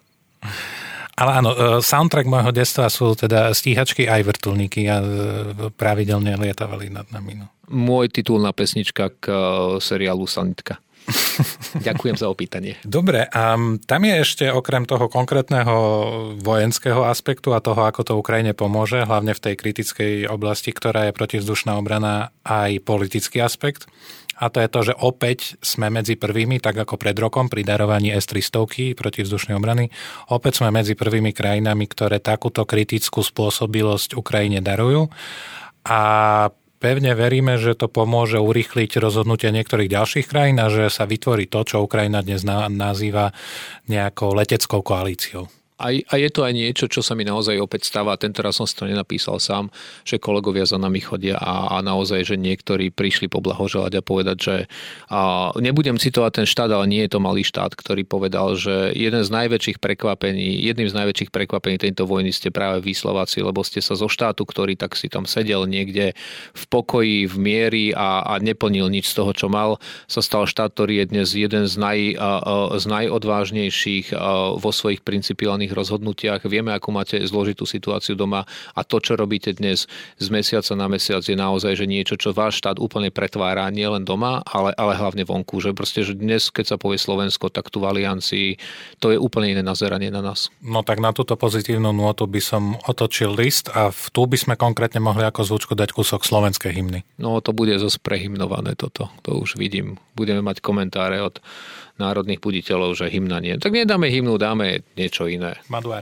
Ale áno, soundtrack môjho detstva sú teda stíhačky aj vrtuľníky a pravidelne lietavali nad nami. No. Môj titulná pesnička k seriálu Sanitka. Ďakujem za opýtanie. Dobre, a tam je ešte okrem toho konkrétneho vojenského aspektu a toho, ako to Ukrajine pomôže, hlavne v tej kritickej oblasti, ktorá je protivzdušná obrana, aj politický aspekt. A to je to, že opäť sme medzi prvými, tak ako pred rokom pri darovaní es tristo protivzdušnej obrany, opäť sme medzi prvými krajinami, ktoré takúto kritickú spôsobilosť Ukrajine darujú. A pevne veríme, že to pomôže urýchliť rozhodnutie niektorých ďalších krajín a že sa vytvorí to, čo Ukrajina dnes nazýva nejakou leteckou koalíciou. Aj, a je to aj niečo, čo sa mi naozaj opäť stáva. Tentoraz som si to nenapísal sám, že kolegovia za nami chodia a, a naozaj, že niektorí prišli poblahoželať a povedať, že a nebudem citovať ten štát, ale nie je to malý štát, ktorý povedal, že jeden z najväčších prekvapení, jedným z najväčších prekvapení tejto vojny ste práve vy Slováci, lebo ste sa zo štátu, ktorý tak si tam sedel niekde v pokoji, v miery a, a neplnil nič z toho, čo mal, sa stal štát, ktorý je dnes jeden z, naj, a, a, z najodvážnejších a, vo svojich principiálnych rozhodnutiach. Vieme, akú máte zložitú situáciu doma a to, čo robíte dnes z mesiaca na mesiac, je naozaj že niečo, čo váš štát úplne pretvára nielen doma, ale, ale hlavne vonku. Že proste, že dnes, keď sa povie Slovensko, tak tu v Aliancii, to je úplne iné nazeranie na nás. No tak na túto pozitívnu nôtu by som otočil list a v tu by sme konkrétne mohli ako zvučku dať kúsok slovenskej hymny. No to bude zase prehymnované toto. To už vidím. Budeme mať komentáre od národných buditeľov, že hymna nie. Tak nedáme hymnu, dáme niečo iné. Maduár.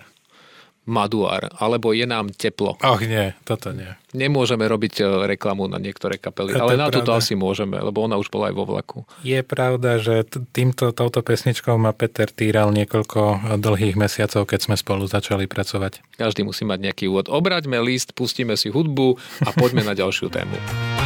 Maduár. Alebo Je nám teplo. Och nie, toto nie. Nemôžeme robiť reklamu na niektoré kapely, to ale na túto asi môžeme, lebo ona už bola aj vo vlaku. Je pravda, že týmto, touto pesničkou ma Peter týral niekoľko dlhých mesiacov, keď sme spolu začali pracovať. Každý musí mať nejaký úvod. Obraťme list, pustíme si hudbu a poďme na ďalšiu tému.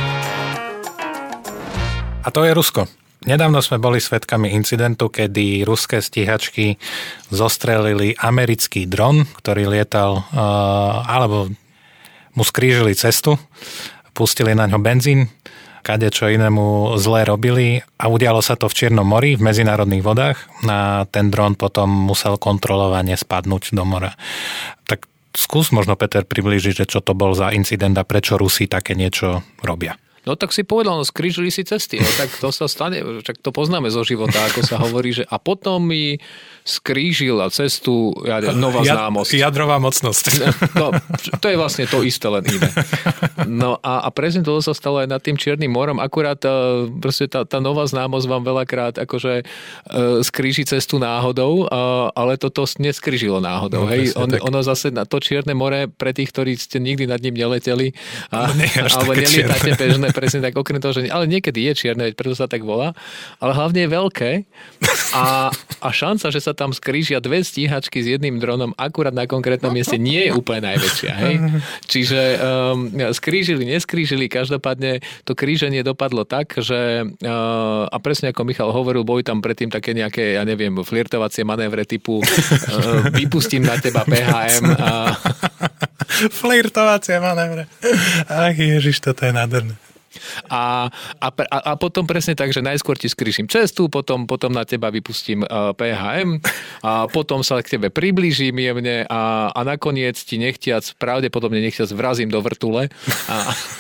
A to je Rusko. Nedávno sme boli svedkami incidentu, kedy ruské stíhačky zostrelili americký dron, ktorý lietal, alebo mu skrížili cestu, pustili na ňo benzín, kadečo inému zlé robili a udialo sa to v Čiernom mori, v medzinárodných vodách. A ten dron potom musel kontrolovane spadnúť do mora. Tak skús možno, Peter, priblížiť, že čo to bol za incident a prečo Rusi také niečo robia. No tak si povedal, no skrížili si cesty, no tak to sa stane, však to poznáme zo života, ako sa hovorí, že a potom mi skrížila cestu ja, nová Jad, známosť. Jadrová mocnosť. No, to je vlastne to isté, len iné. No a, a presne to sa stalo aj nad tým Čiernym morom, akurát proste tá, tá nová známosť vám veľakrát akože skríži cestu náhodou, ale toto neskrížilo náhodou. No, hej? On, ono zase na to Čierne more, pre tých, ktorí ste nikdy nad ním neleteli a, no, nie, alebo nelietate bežné, presne tak okrem toho, že ale niekedy je čierne, preto sa tak volá, ale hlavne je veľké a, a šanca, že sa tam skrížia dve stíhačky s jedným dronom akurát na konkrétnom mieste nie je úplne najväčšia. Hej? Čiže um, skrížili, neskrížili, každopádne to kríženie dopadlo tak, že uh, a presne ako Michal hovoril, boli tam predtým také nejaké, ja neviem, flirtovacie manévre typu uh, vypustím na teba pé há em. A... Flirtovacie manévre. Ach ježiš, toto je nádherné. A, a, a potom presne tak, že najskôr ti skrížim cestu, potom, potom na teba vypustím uh, pé há em a potom sa k tebe priblížim jemne a, a nakoniec ti nechtiac, pravdepodobne nechtiac vrazím do vrtule. A,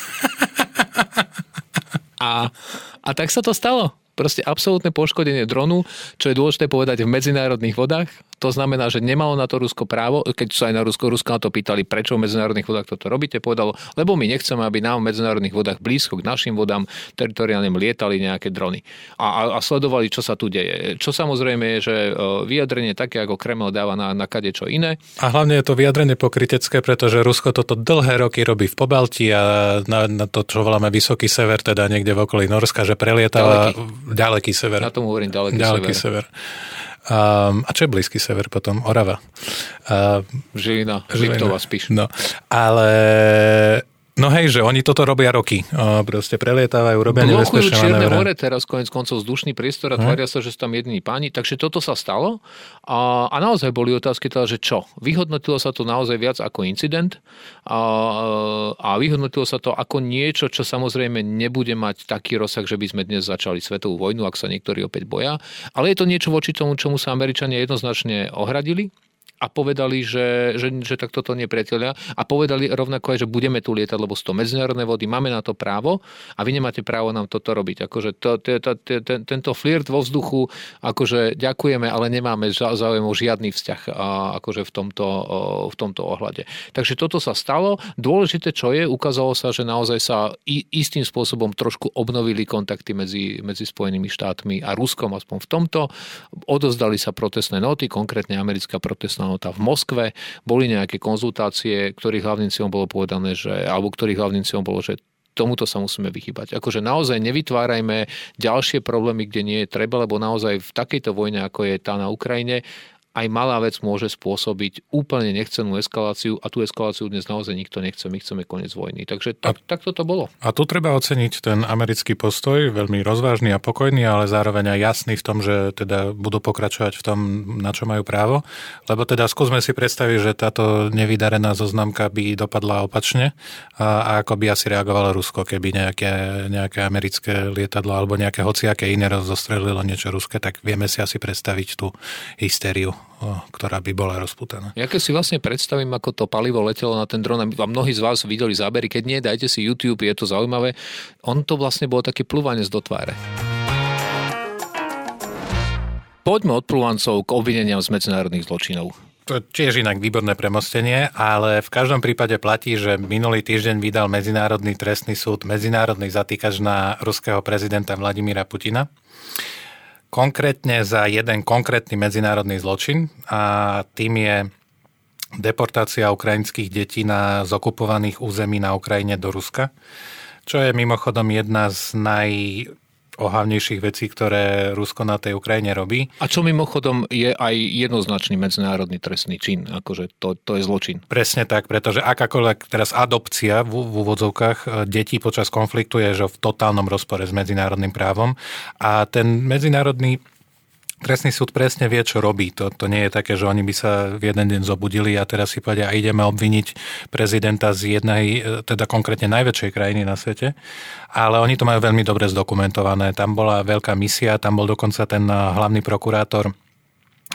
a, a tak sa to stalo. Proste absolútne poškodenie dronu, čo je dôležité povedať v medzinárodných vodách. To znamená, že nemalo na to Rusko právo, keď sa aj na Rusko, Rusko na to pýtali, prečo v medzinárodných vodách toto robíte, povedalo, lebo my nechceme, aby nám v medzinárodných vodách blízko k našim vodám teritoriálnym lietali nejaké drony. A, a, a sledovali, čo sa tu deje. Čo samozrejme je, že vyjadrenie také, ako Kreml dáva na, na kade čo iné. A hlavne je to vyjadrenie pokrytecké, pretože Rusko toto dlhé roky robí v Pobaltí a na, na to, čo voláme vysoký sever, teda niekde v okolí Norska, že prelietava ďaleký, ďaleký sever. Na tomu hovorím ďaleký, ďaleký sever. sever. Um, a čo je blízky sever potom? Orava. Uh, Žilina, Žilina. Spíš. No, ale... No hej, že oni toto robia roky. O, proste prelietávajú, robia nebezpečné manévre. Čierne more teraz konec koncov vzdušný priestor a hm. tvária sa, že sú tam jediní páni. Takže toto sa stalo a, a naozaj boli otázky teda, že čo? Vyhodnotilo sa to naozaj viac ako incident a, a vyhodnotilo sa to ako niečo, čo samozrejme nebude mať taký rozsah, že by sme dnes začali svetovú vojnu, ak sa niektorí opäť boja. Ale je to niečo voči tomu, čomu sa Američania jednoznačne ohradili. A povedali, že, že, že tak toto nie priatelia. A povedali rovnako aj, že budeme tu lietať, lebo sú to medzinárodné vody, máme na to právo a vy nemáte právo nám toto robiť. Akože to, to, to, to, ten, tento flirt vo vzduchu, akože ďakujeme, ale nemáme záujem o žiadny vzťah akože v tomto, v tomto ohľade. Takže toto sa stalo. Dôležité, čo je, ukázalo sa, že naozaj sa istým spôsobom trošku obnovili kontakty medzi, medzi Spojenými štátmi a Ruskom, aspoň v tomto. Odozdali sa protestné noty, konkrétne americká protestná nota v Moskve, boli nejaké konzultácie, ktorých hlavným cieľom bolo povedané, že, alebo ktorých hlavným cieľom bolo, že tomuto sa musíme vychýbať. Akože naozaj nevytvárajme ďalšie problémy, kde nie je treba, lebo naozaj v takejto vojne, ako je tá na Ukrajine, aj malá vec môže spôsobiť úplne nechcenú eskaláciu a tú eskaláciu dnes naozaj nikto nechce, my chceme koniec vojny. Takže tak, tak toto bolo. A tu treba oceniť ten americký postoj, veľmi rozvážny a pokojný, ale zároveň aj jasný v tom, že teda budú pokračovať v tom, na čo majú právo. Lebo teda skúsme si predstaviť, že táto nevydarená zoznamka by dopadla opačne a, a ako by asi reagovalo Rusko, keby nejaké, nejaké americké lietadlo alebo nejaké hociaké iné rozostrelilo niečo ruské, tak vieme si asi predstaviť tú hystériu, ktorá by bola rozputaná. Ja keď si vlastne predstavím, ako to palivo letelo na ten dron, a mnohí z vás videli zábery, keď nie, dajte si YouTube, je to zaujímavé. On to vlastne bolo také plúvanec do tváre. Poďme od plúvancov k obvineniam z medzinárodných zločinov. To je tiež inak výborné premostenie, ale v každom prípade platí, že minulý týždeň vydal Medzinárodný trestný súd medzinárodný zatýkač na ruského prezidenta Vladimíra Putina. Konkrétne za jeden konkrétny medzinárodný zločin a tým je deportácia ukrajinských detí na zokupovaných území na Ukrajine do Ruska, čo je mimochodom jedna z najohavnejších vecí, ktoré Rusko na tej Ukrajine robí. A čo mimochodom je aj jednoznačný medzinárodný trestný čin, akože to, to je zločin. Presne tak, pretože akákoľvek teraz adopcia v, v úvodzovkách detí počas konfliktu je že v totálnom rozpore s medzinárodným právom a ten medzinárodný trestný súd presne vie, čo robí. To, to nie je také, že oni by sa v jeden deň zobudili a teraz si povedia, a ideme obviniť prezidenta z jednej, teda konkrétne najväčšej krajiny na svete. Ale oni to majú veľmi dobre zdokumentované. Tam bola veľká misia, tam bol dokonca ten hlavný prokurátor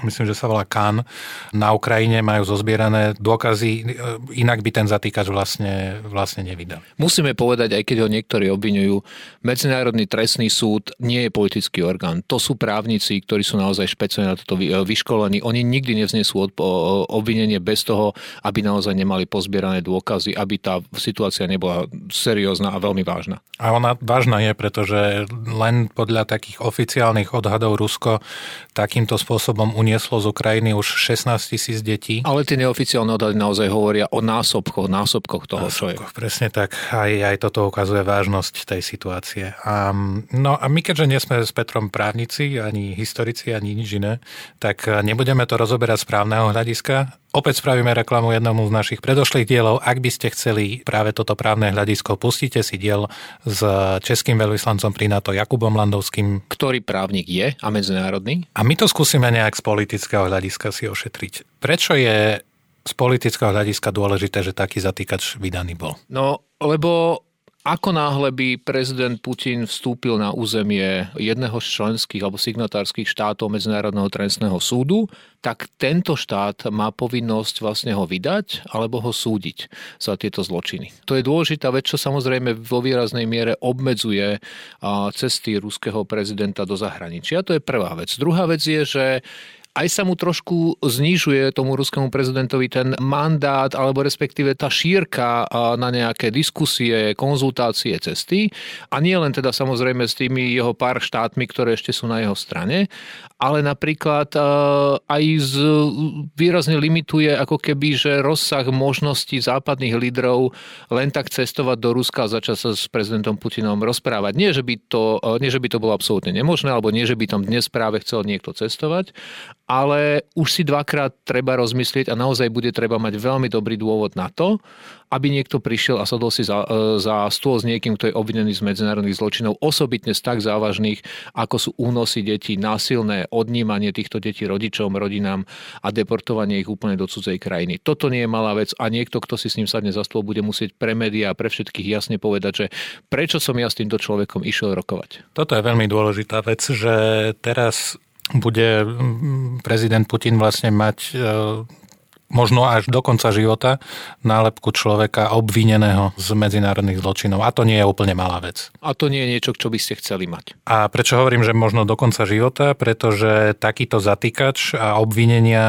myslím, že sa volá Khan, na Ukrajine majú zozbierané dôkazy, inak by ten zatýkač vlastne, vlastne nevydal. Musíme povedať, aj keď ho niektorí obviňujú, Medzinárodný trestný súd nie je politický orgán. To sú právnici, ktorí sú naozaj špeciálne na toto vyškolení. Oni nikdy nevznesú obvinenie bez toho, aby naozaj nemali pozbierané dôkazy, aby tá situácia nebola seriózna a veľmi vážna. A ona vážna je, pretože len podľa takých oficiálnych odhadov Rusko takýmto spôsobom unieslo z Ukrajiny už šestnásť tisíc detí. Ale tie neoficiálne odhady naozaj hovoria o násobkoch, násobkoch toho, čo je. Presne tak. Aj, aj toto ukazuje vážnosť tej situácie. A, no a my, keďže nie sme s Petrom právnici, ani historici, ani nič iné, tak nebudeme to rozoberať z právneho hľadiska. Opäť spravíme reklamu jednomu z našich predošlých dielov. Ak by ste chceli práve toto právne hľadisko, pustite si diel s českým veľvyslancom pri NATO Jakubom Landovským. Ktorý právnik je a medzinárodný? A my to skúsime nejak z politického hľadiska si ošetriť. Prečo je z politického hľadiska dôležité, že taký zatýkač vydaný bol? No, lebo ako náhle by prezident Putin vstúpil na územie jedného z členských alebo signatárskych štátov Medzinárodného trestného súdu, tak tento štát má povinnosť vlastne ho vydať alebo ho súdiť za tieto zločiny. To je dôležitá vec, čo samozrejme vo výraznej miere obmedzuje cesty ruského prezidenta do zahraničia. To je prvá vec. Druhá vec je, že aj sa mu trošku znižuje tomu ruskému prezidentovi ten mandát, alebo respektíve tá šírka na nejaké diskusie, konzultácie, cesty. A nie len teda samozrejme s tými jeho pár štátmi, ktoré ešte sú na jeho strane, ale napríklad aj z, výrazne limituje ako keby, že rozsah možností západných lídrov len tak cestovať do Ruska a začať sa s prezidentom Putinom rozprávať. Nie, že by to, nie, že by to bolo absolútne nemožné, alebo nie, že by tam dnes práve chcel niekto cestovať, ale už si dvakrát treba rozmyslieť a naozaj bude treba mať veľmi dobrý dôvod na to, aby niekto prišiel a sadol si za, za stôl s niekým, kto je obvinený z medzinárodných zločinov, osobitne z tak závažných, ako sú únosy detí, násilné odnímanie týchto detí rodičom, rodinám a deportovanie ich úplne do cudzej krajiny. Toto nie je malá vec a niekto, kto si s ním sadne za stôl, bude musieť pre médiá a pre všetkých jasne povedať, že prečo som ja s týmto človekom išiel rokovať. Toto je veľmi dôležitá vec, že teraz bude prezident Putin vlastne mať možno až do konca života nálepku človeka obvineného z medzinárodných zločinov. A to nie je úplne malá vec. A to nie je niečo, čo by ste chceli mať. A prečo hovorím, že možno do konca života? Pretože takýto zatýkač a obvinenia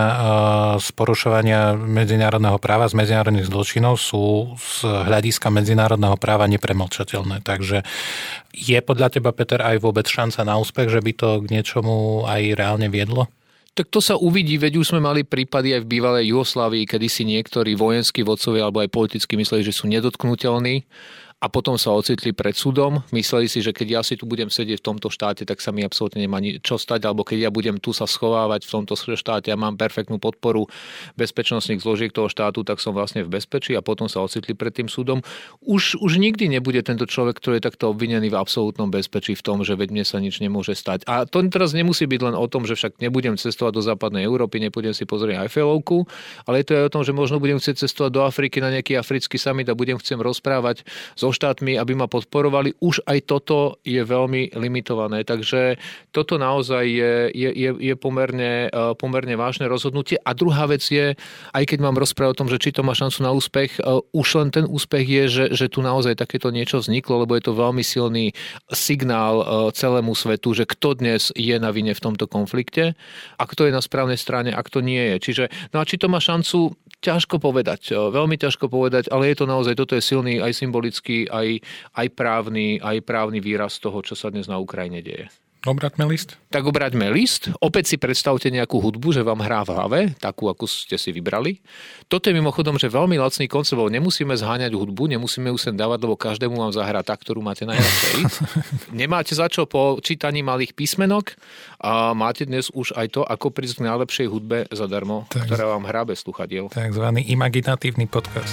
z porušovania medzinárodného práva, z medzinárodných zločinov sú z hľadiska medzinárodného práva nepremlčateľné. Takže je podľa teba, Peter, aj vôbec šanca na úspech, že by to k niečomu aj reálne viedlo? Tak to sa uvidí, veď už sme mali prípady aj v bývalej Jugoslávii, kedy si niektorí vojenskí vodcovia alebo aj politicky mysleli, že sú nedotknuteľní a potom sa ocitli pred súdom. Mysleli si, že keď ja si tu budem sedieť v tomto štáte, tak sa mi absolútne nemá čo stať, alebo keď ja budem tu sa schovávať v tomto štáte a mám perfektnú podporu bezpečnostných zložiek toho štátu, tak som vlastne v bezpečí a potom sa ocitli pred tým súdom. Už, už nikdy nebude tento človek, ktorý je takto obvinený v absolútnom bezpečí v tom, že veď mne sa nič nemôže stať. A to teraz nemusí byť len o tom, že však nebudem cestovať do západnej Európy, nebudem si pozrieť Eiffelovku, ale je to aj o tom, že možno budem chcieť cestovať do Afriky na nejaký africký summit a budem chcieť rozprávať so štátmi, aby ma podporovali. Už aj toto je veľmi limitované. Takže toto naozaj je, je, je, je pomerne, pomerne vážne rozhodnutie. A druhá vec je, aj keď mám rozprávať o tom, že či to má šancu na úspech, už len ten úspech je, že, že tu naozaj takéto niečo vzniklo, lebo je to veľmi silný signál celému svetu, že kto dnes je na vine v tomto konflikte a kto je na správnej strane a kto nie je. Čiže, no a či to má šancu, ťažko povedať, veľmi ťažko povedať, ale je to naozaj, toto je silný aj symbolický, aj, aj právny, aj právny výraz toho, čo sa dnes na Ukrajine deje. Obraťme list. Tak obraťme list. Opäť si predstavte nejakú hudbu, že vám hrá v hlave, takú, akú ste si vybrali. Toto je mimochodom, že veľmi lacný koncept, nemusíme zháňať hudbu, nemusíme ju sem dávať, lebo každému vám zahrá tá, ktorú máte najradšej. Nemáte za čo po čítaní malých písmenok a máte dnes už aj to, ako prísť k najlepšej hudbe zadarmo, tak, ktorá vám hrá bez sluchadiel. Takzvaný imaginatívny podcast.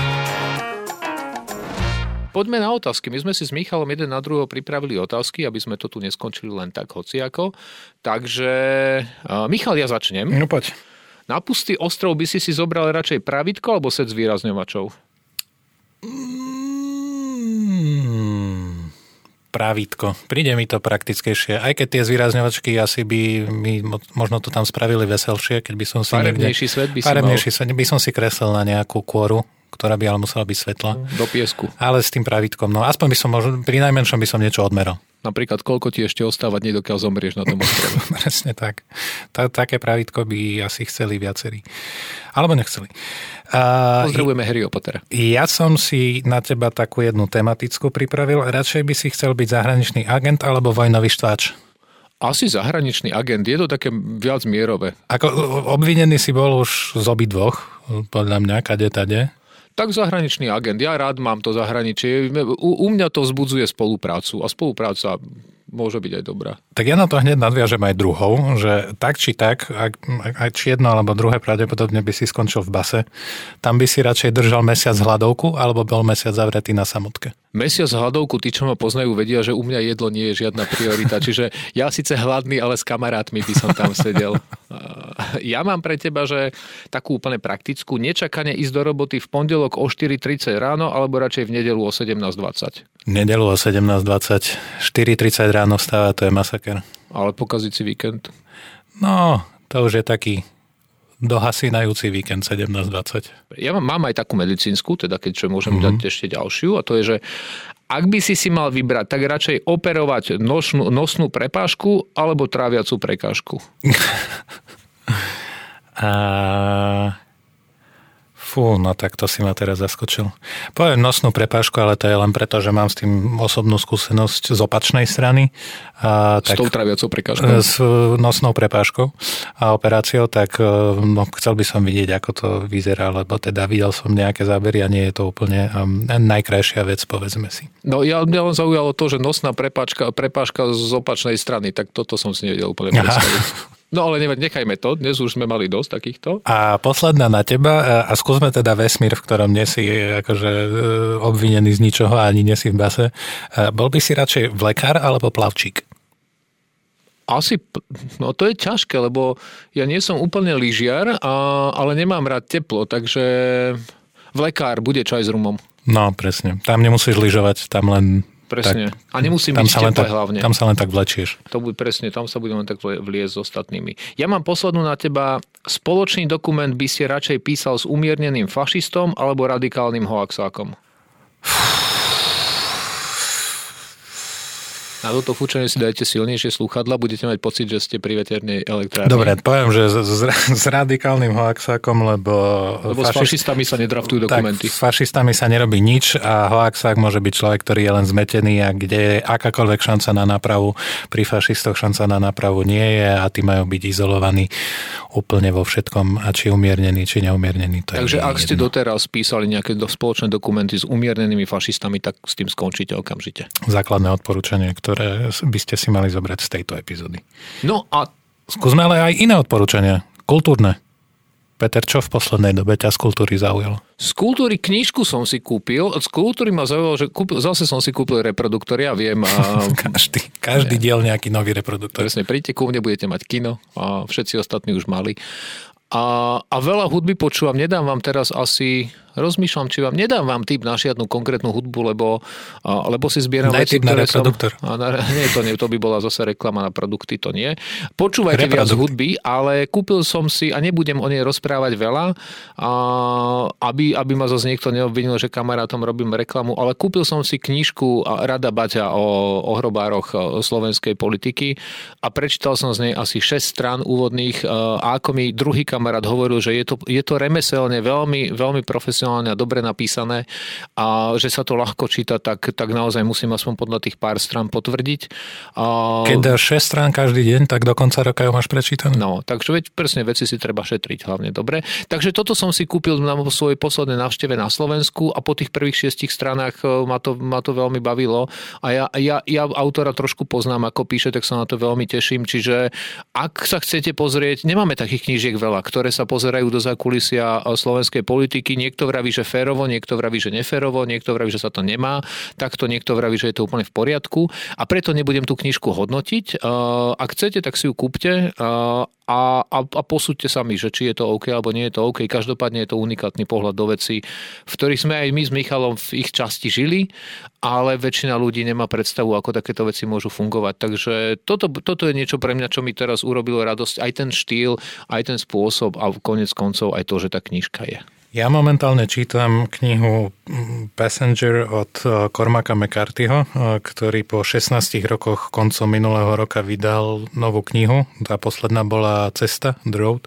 Poďme na otázky. My sme si s Michalom jeden na druhého pripravili otázky, aby sme to tu neskončili len tak hociako. Takže, uh, Michal, ja začnem. No poď. Na pustý ostrov by si si zobral radšej pravítko alebo set zvýrazňovačov? Mm, Pravítko. Príde mi to praktickejšie. Aj keď tie zvýrazňovačky asi by mi možno to tam spravili veselšie, keď by som si Farebnejší svet by si Farebnejší mal. svet by som si kreslil na nejakú kôru, ktorá by ale musela byť svetlá. Do piesku. Ale s tým pravítkom. No aspoň by som možno, pri najmenšom by som niečo odmeral. Napríklad, koľko ti ešte ostáva dní, dokiaľ zomrieš na tom ostrove. Presne tak. Tá, také pravítko by asi chceli viacerí. Alebo nechceli. Uh, Pozdravujeme Harryho Pottera. Ja som si na teba takú jednu tematickú pripravil. Radšej by si chcel byť zahraničný agent alebo vojnový štváč? Asi zahraničný agent. Je to také viac mierové. Ako obvinený si bol už z obidvoch, podľa mňa, kade tade. Tak zahraničný agent. Ja rád mám to zahraničie. U, u mňa to vzbudzuje spoluprácu. A spolupráca môže byť aj dobrá. Tak ja na to hneď nadviažem aj druhou, že tak či tak, ak, ak či jedno alebo druhé pravdepodobne by si skončil v base, tam by si radšej držal mesiac hladovku alebo bol mesiac zavretý na samotke. Mesiac hladovku, tí, čo ma poznajú, vedia, že u mňa jedlo nie je žiadna priorita. Čiže ja síce hladný, ale s kamarátmi by som tam sedel. Ja mám pre teba, že takú úplne praktickú, nečakane ísť do roboty v pondelok o štyri tridsať ráno alebo radšej v nedeľu o sedemnásť dvadsať. Nedeľu o sedemnásť dvadsať, štyri tridsať ráno vstáva, to je masaker. Ale pokaziť si víkend? No, to už je taký dohasínajúci víkend sedemnásť dvadsať. Ja mám aj takú medicínsku, teda keď čo môžem mm-hmm. dať ešte ďalšiu, a to je, že ak by si si mal vybrať, tak radšej operovať nosnú, nosnú prepážku alebo tráviacu prekážku. A... Fú, no tak to si ma teraz zaskočil. Poviem nosnú prepážku, ale to je len preto, že mám s tým osobnú skúsenosť z opačnej strany. A s tak, tou traviacou prekážkou? S nosnou prepážkou a operáciou, tak no, chcel by som vidieť, ako to vyzerá, lebo teda videl som nejaké zábery a nie je to úplne um, najkrajšia vec, povedzme si. No ja, mňa len zaujalo to, že nosná prepážka, prepážka z opačnej strany, tak toto som si nevedel úplne predstaviť. No ale nechajme to, dnes už sme mali dosť takýchto. A posledná na teba, a skúsme teda vesmír, v ktorom nie si akože obvinený z ničoho a ani nie si v base. Bol by si radšej vlekár alebo plavčík? Asi, no to je ťažké, lebo ja nie som úplne lyžiar, a, ale nemám rád teplo, takže vlekár bude čaj s rumom. No presne, tam nemusíš lyžovať, tam len... Presne. Tak, a nemusím byť teple hlavne. Tam sa len tak vlečieš. To bude presne, tam sa budeme len tak vliesť s ostatnými. Ja mám poslednú na teba. Spoločný dokument by si radšej písal s umierneným fašistom alebo radikálnym hoaxákom? Na toto fúčanie si dajte silnejšie slúchadla, budete mať pocit, že ste pri veternej elektrárni. Dobre, poviem, že s, s, s radikálnym hoaxákom, lebo... Lebo fašist... s fašistami sa nedraftujú dokumenty. Tak, s fašistami sa nerobí nič a hoaxák môže byť človek, ktorý je len zmetený a kde je akákoľvek šanca na nápravu. Pri fašistoch šanca na nápravu nie je a tí majú byť izolovaní úplne vo všetkom a či umiernení, či neumiernení. To Takže je ak jedno. ste doteraz písali nejaké spoločné dokumenty s umiernenými fašistami, tak s tým skončíte okamžite. Základné odporúčanie, ktoré ktoré by ste si mali zobrať z tejto epizódy. No a... Skúsme ale aj iné odporúčania. Kultúrne. Peter, čo v poslednej dobe ťa z kultúry zaujalo? Z kultúry knižku som si kúpil. Z kultúry ma zaujalo, že kúpil, zase som si kúpil reproduktor, ja viem. A... každý každý diel nejaký nový reproduktor. Presne, príďte ku mne, budete mať kino a všetci ostatní už mali. A, a veľa hudby počúvam. Nedám vám teraz asi... Rozmýšľam, či vám nedám vám tip na žiadnu konkrétnu hudbu, lebo, a, lebo si zbieram veci, ktoré som... A na, nie, to, nie, to by bola zase reklama na produkty, to nie. Počúvajte viac hudby, ale kúpil som si, a nebudem o nej rozprávať veľa, a, aby, aby ma zase niekto neobvinil, že kamarátom robím reklamu, ale kúpil som si knižku Rada Baťa o, o hrobároch slovenskej politiky a prečítal som z nej asi šesť strán úvodných a ako mi druhý kamarát hovoril, že je to, je to remeselne veľmi, veľmi profesionálne a dobre napísané a že sa to ľahko číta, tak, tak naozaj musím aspoň podľa tých pár strán potvrdiť. A... Keď dáš šesť strán každý deň, tak do konca roka ju máš prečítané. No, takže veď presne veci si treba šetriť hlavne dobre. Takže toto som si kúpil na svojej poslednej návšteve na Slovensku a po tých prvých šiestich stranách ma to, ma to veľmi bavilo a ja, ja, ja autora trošku poznám, ako píše, tak sa na to veľmi teším. Čiže ak sa chcete pozrieť, nemáme takých knížiek veľa, ktoré sa pozerajú do zákulisia slovenskej politiky, niektoré vraví, že férovo, niekto vraví, že neférovo, niekto vraví, že sa to nemá, takto niekto vraví, že je to úplne v poriadku a preto nebudem tú knižku hodnotiť. Ak chcete, tak si ju kúpte a, a, a posúďte sami, že či je to OK alebo nie je to OK. Každopádne je to unikátny pohľad do vecí, v ktorých sme aj my s Michalom v ich časti žili, ale väčšina ľudí nemá predstavu, ako takéto veci môžu fungovať. Takže toto, toto je niečo pre mňa, čo mi teraz urobilo radosť. Aj ten štýl, aj ten spôsob a konec koncov aj to, že tá knižka je. Ja momentálne čítam knihu Passenger od Cormaca McCarthyho, ktorý po šestnástich rokoch koncom minulého roka vydal novú knihu. Tá posledná bola Cesta, The Road.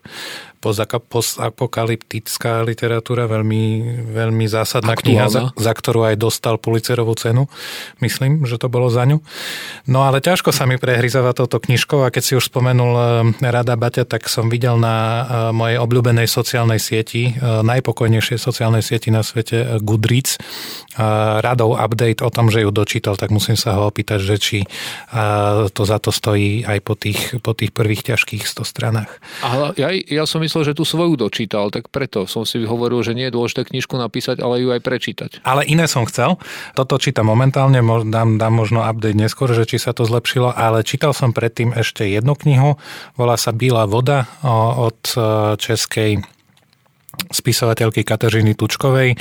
Postapokalyptická literatúra, veľmi, veľmi zásadná kniha, za, za ktorú aj dostal Pulitzerovú cenu. Myslím, že to bolo za ňu. No ale ťažko sa mi prehryzáva touto knižkou a keď si už spomenul Rada Baťa, tak som videl na mojej obľúbenej sociálnej sieti, najpokojnejšej sociálnej sieti na svete, Goodreads, Radov update o tom, že ju dočítal, tak musím sa ho opýtať, že či to za to stojí aj po tých, po tých prvých ťažkých sto stranách. Aha, ja, ja som myslel, že tú svoju dočítal, tak preto som si hovoril, že nie je dôležité knižku napísať, ale ju aj prečítať. Ale iné som chcel. Toto čítam momentálne, dám, dám možno update neskôr, že či sa to zlepšilo, ale čítal som predtým ešte jednu knihu, volá sa Bílá voda od českej spisovateľky Kateřiny Tučkovej,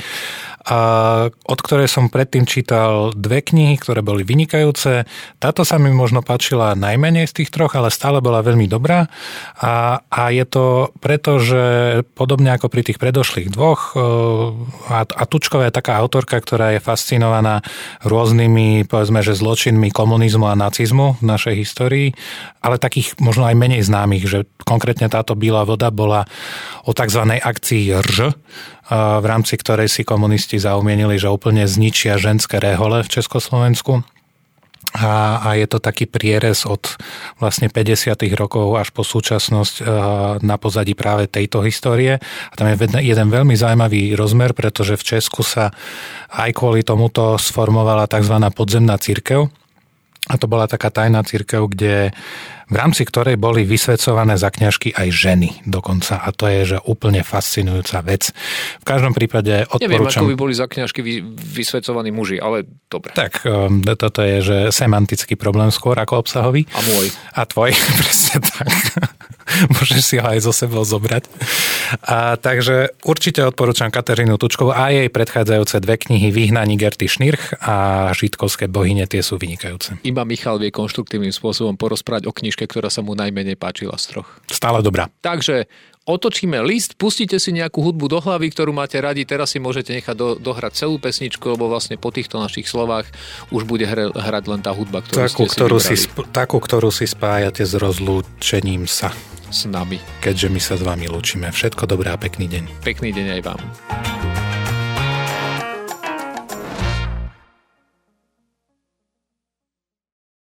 od ktorej som predtým čítal dve knihy, ktoré boli vynikajúce. Táto sa mi možno páčila najmenej z tých troch, ale stále bola veľmi dobrá. A, a je to preto, že podobne ako pri tých predošlých dvoch, a, a Tučková je taká autorka, ktorá je fascinovaná rôznymi, povedzme, že zločinmi komunizmu a nacizmu v našej histórii, ale takých možno aj menej známych, že konkrétne táto Bílá voda bola o tzv. Akcii Rž, v rámci ktorej si komunisti zaumienili, že úplne zničia ženské rehole v Československu. A, a je to taký prierez od vlastne päťdesiatych rokov až po súčasnosť na pozadí práve tejto histórie. A tam je jeden veľmi zaujímavý rozmer, pretože v Česku sa aj kvôli tomuto sformovala tzv. Podzemná cirkev. A to bola taká tajná cirkev, kde v rámci ktorej boli vysvedcované za kňažky aj ženy dokonca. A to je že úplne fascinujúca vec. V každom prípade odporúčam... Neviem, ako by boli za kňažky vysvedcovaní muži, ale dobre. Tak, toto je že semantický problém skôr ako obsahový. A môj. A tvoj, presne tak. Môžeš si ho aj zo sebou zobrať. A, takže určite odporúčam Kateřinu Tučkovú a jej predchádzajúce dve knihy Vyhnaní Gerty Schnirch a Žitkovské bohyne, tie sú vynikajúce. Iba Michal vie konštruktívnym spôsobom porozprávať o knižke, ktorá sa mu najmenej páčila z troch. Stále dobrá. Takže otočíme list, pustíte si nejakú hudbu do hlavy, ktorú máte radi, teraz si môžete nechať do, dohrať celú pesničku, lebo vlastne po týchto našich slovách už bude hra, hrať len tá hudba, ktorú takú, ste si ktorú vybrali. Si, takú, ktorú si spájate s rozlúčením sa. S nami. Keďže my sa s vami lúčime. Všetko dobré a pekný deň. Pekný deň aj vám.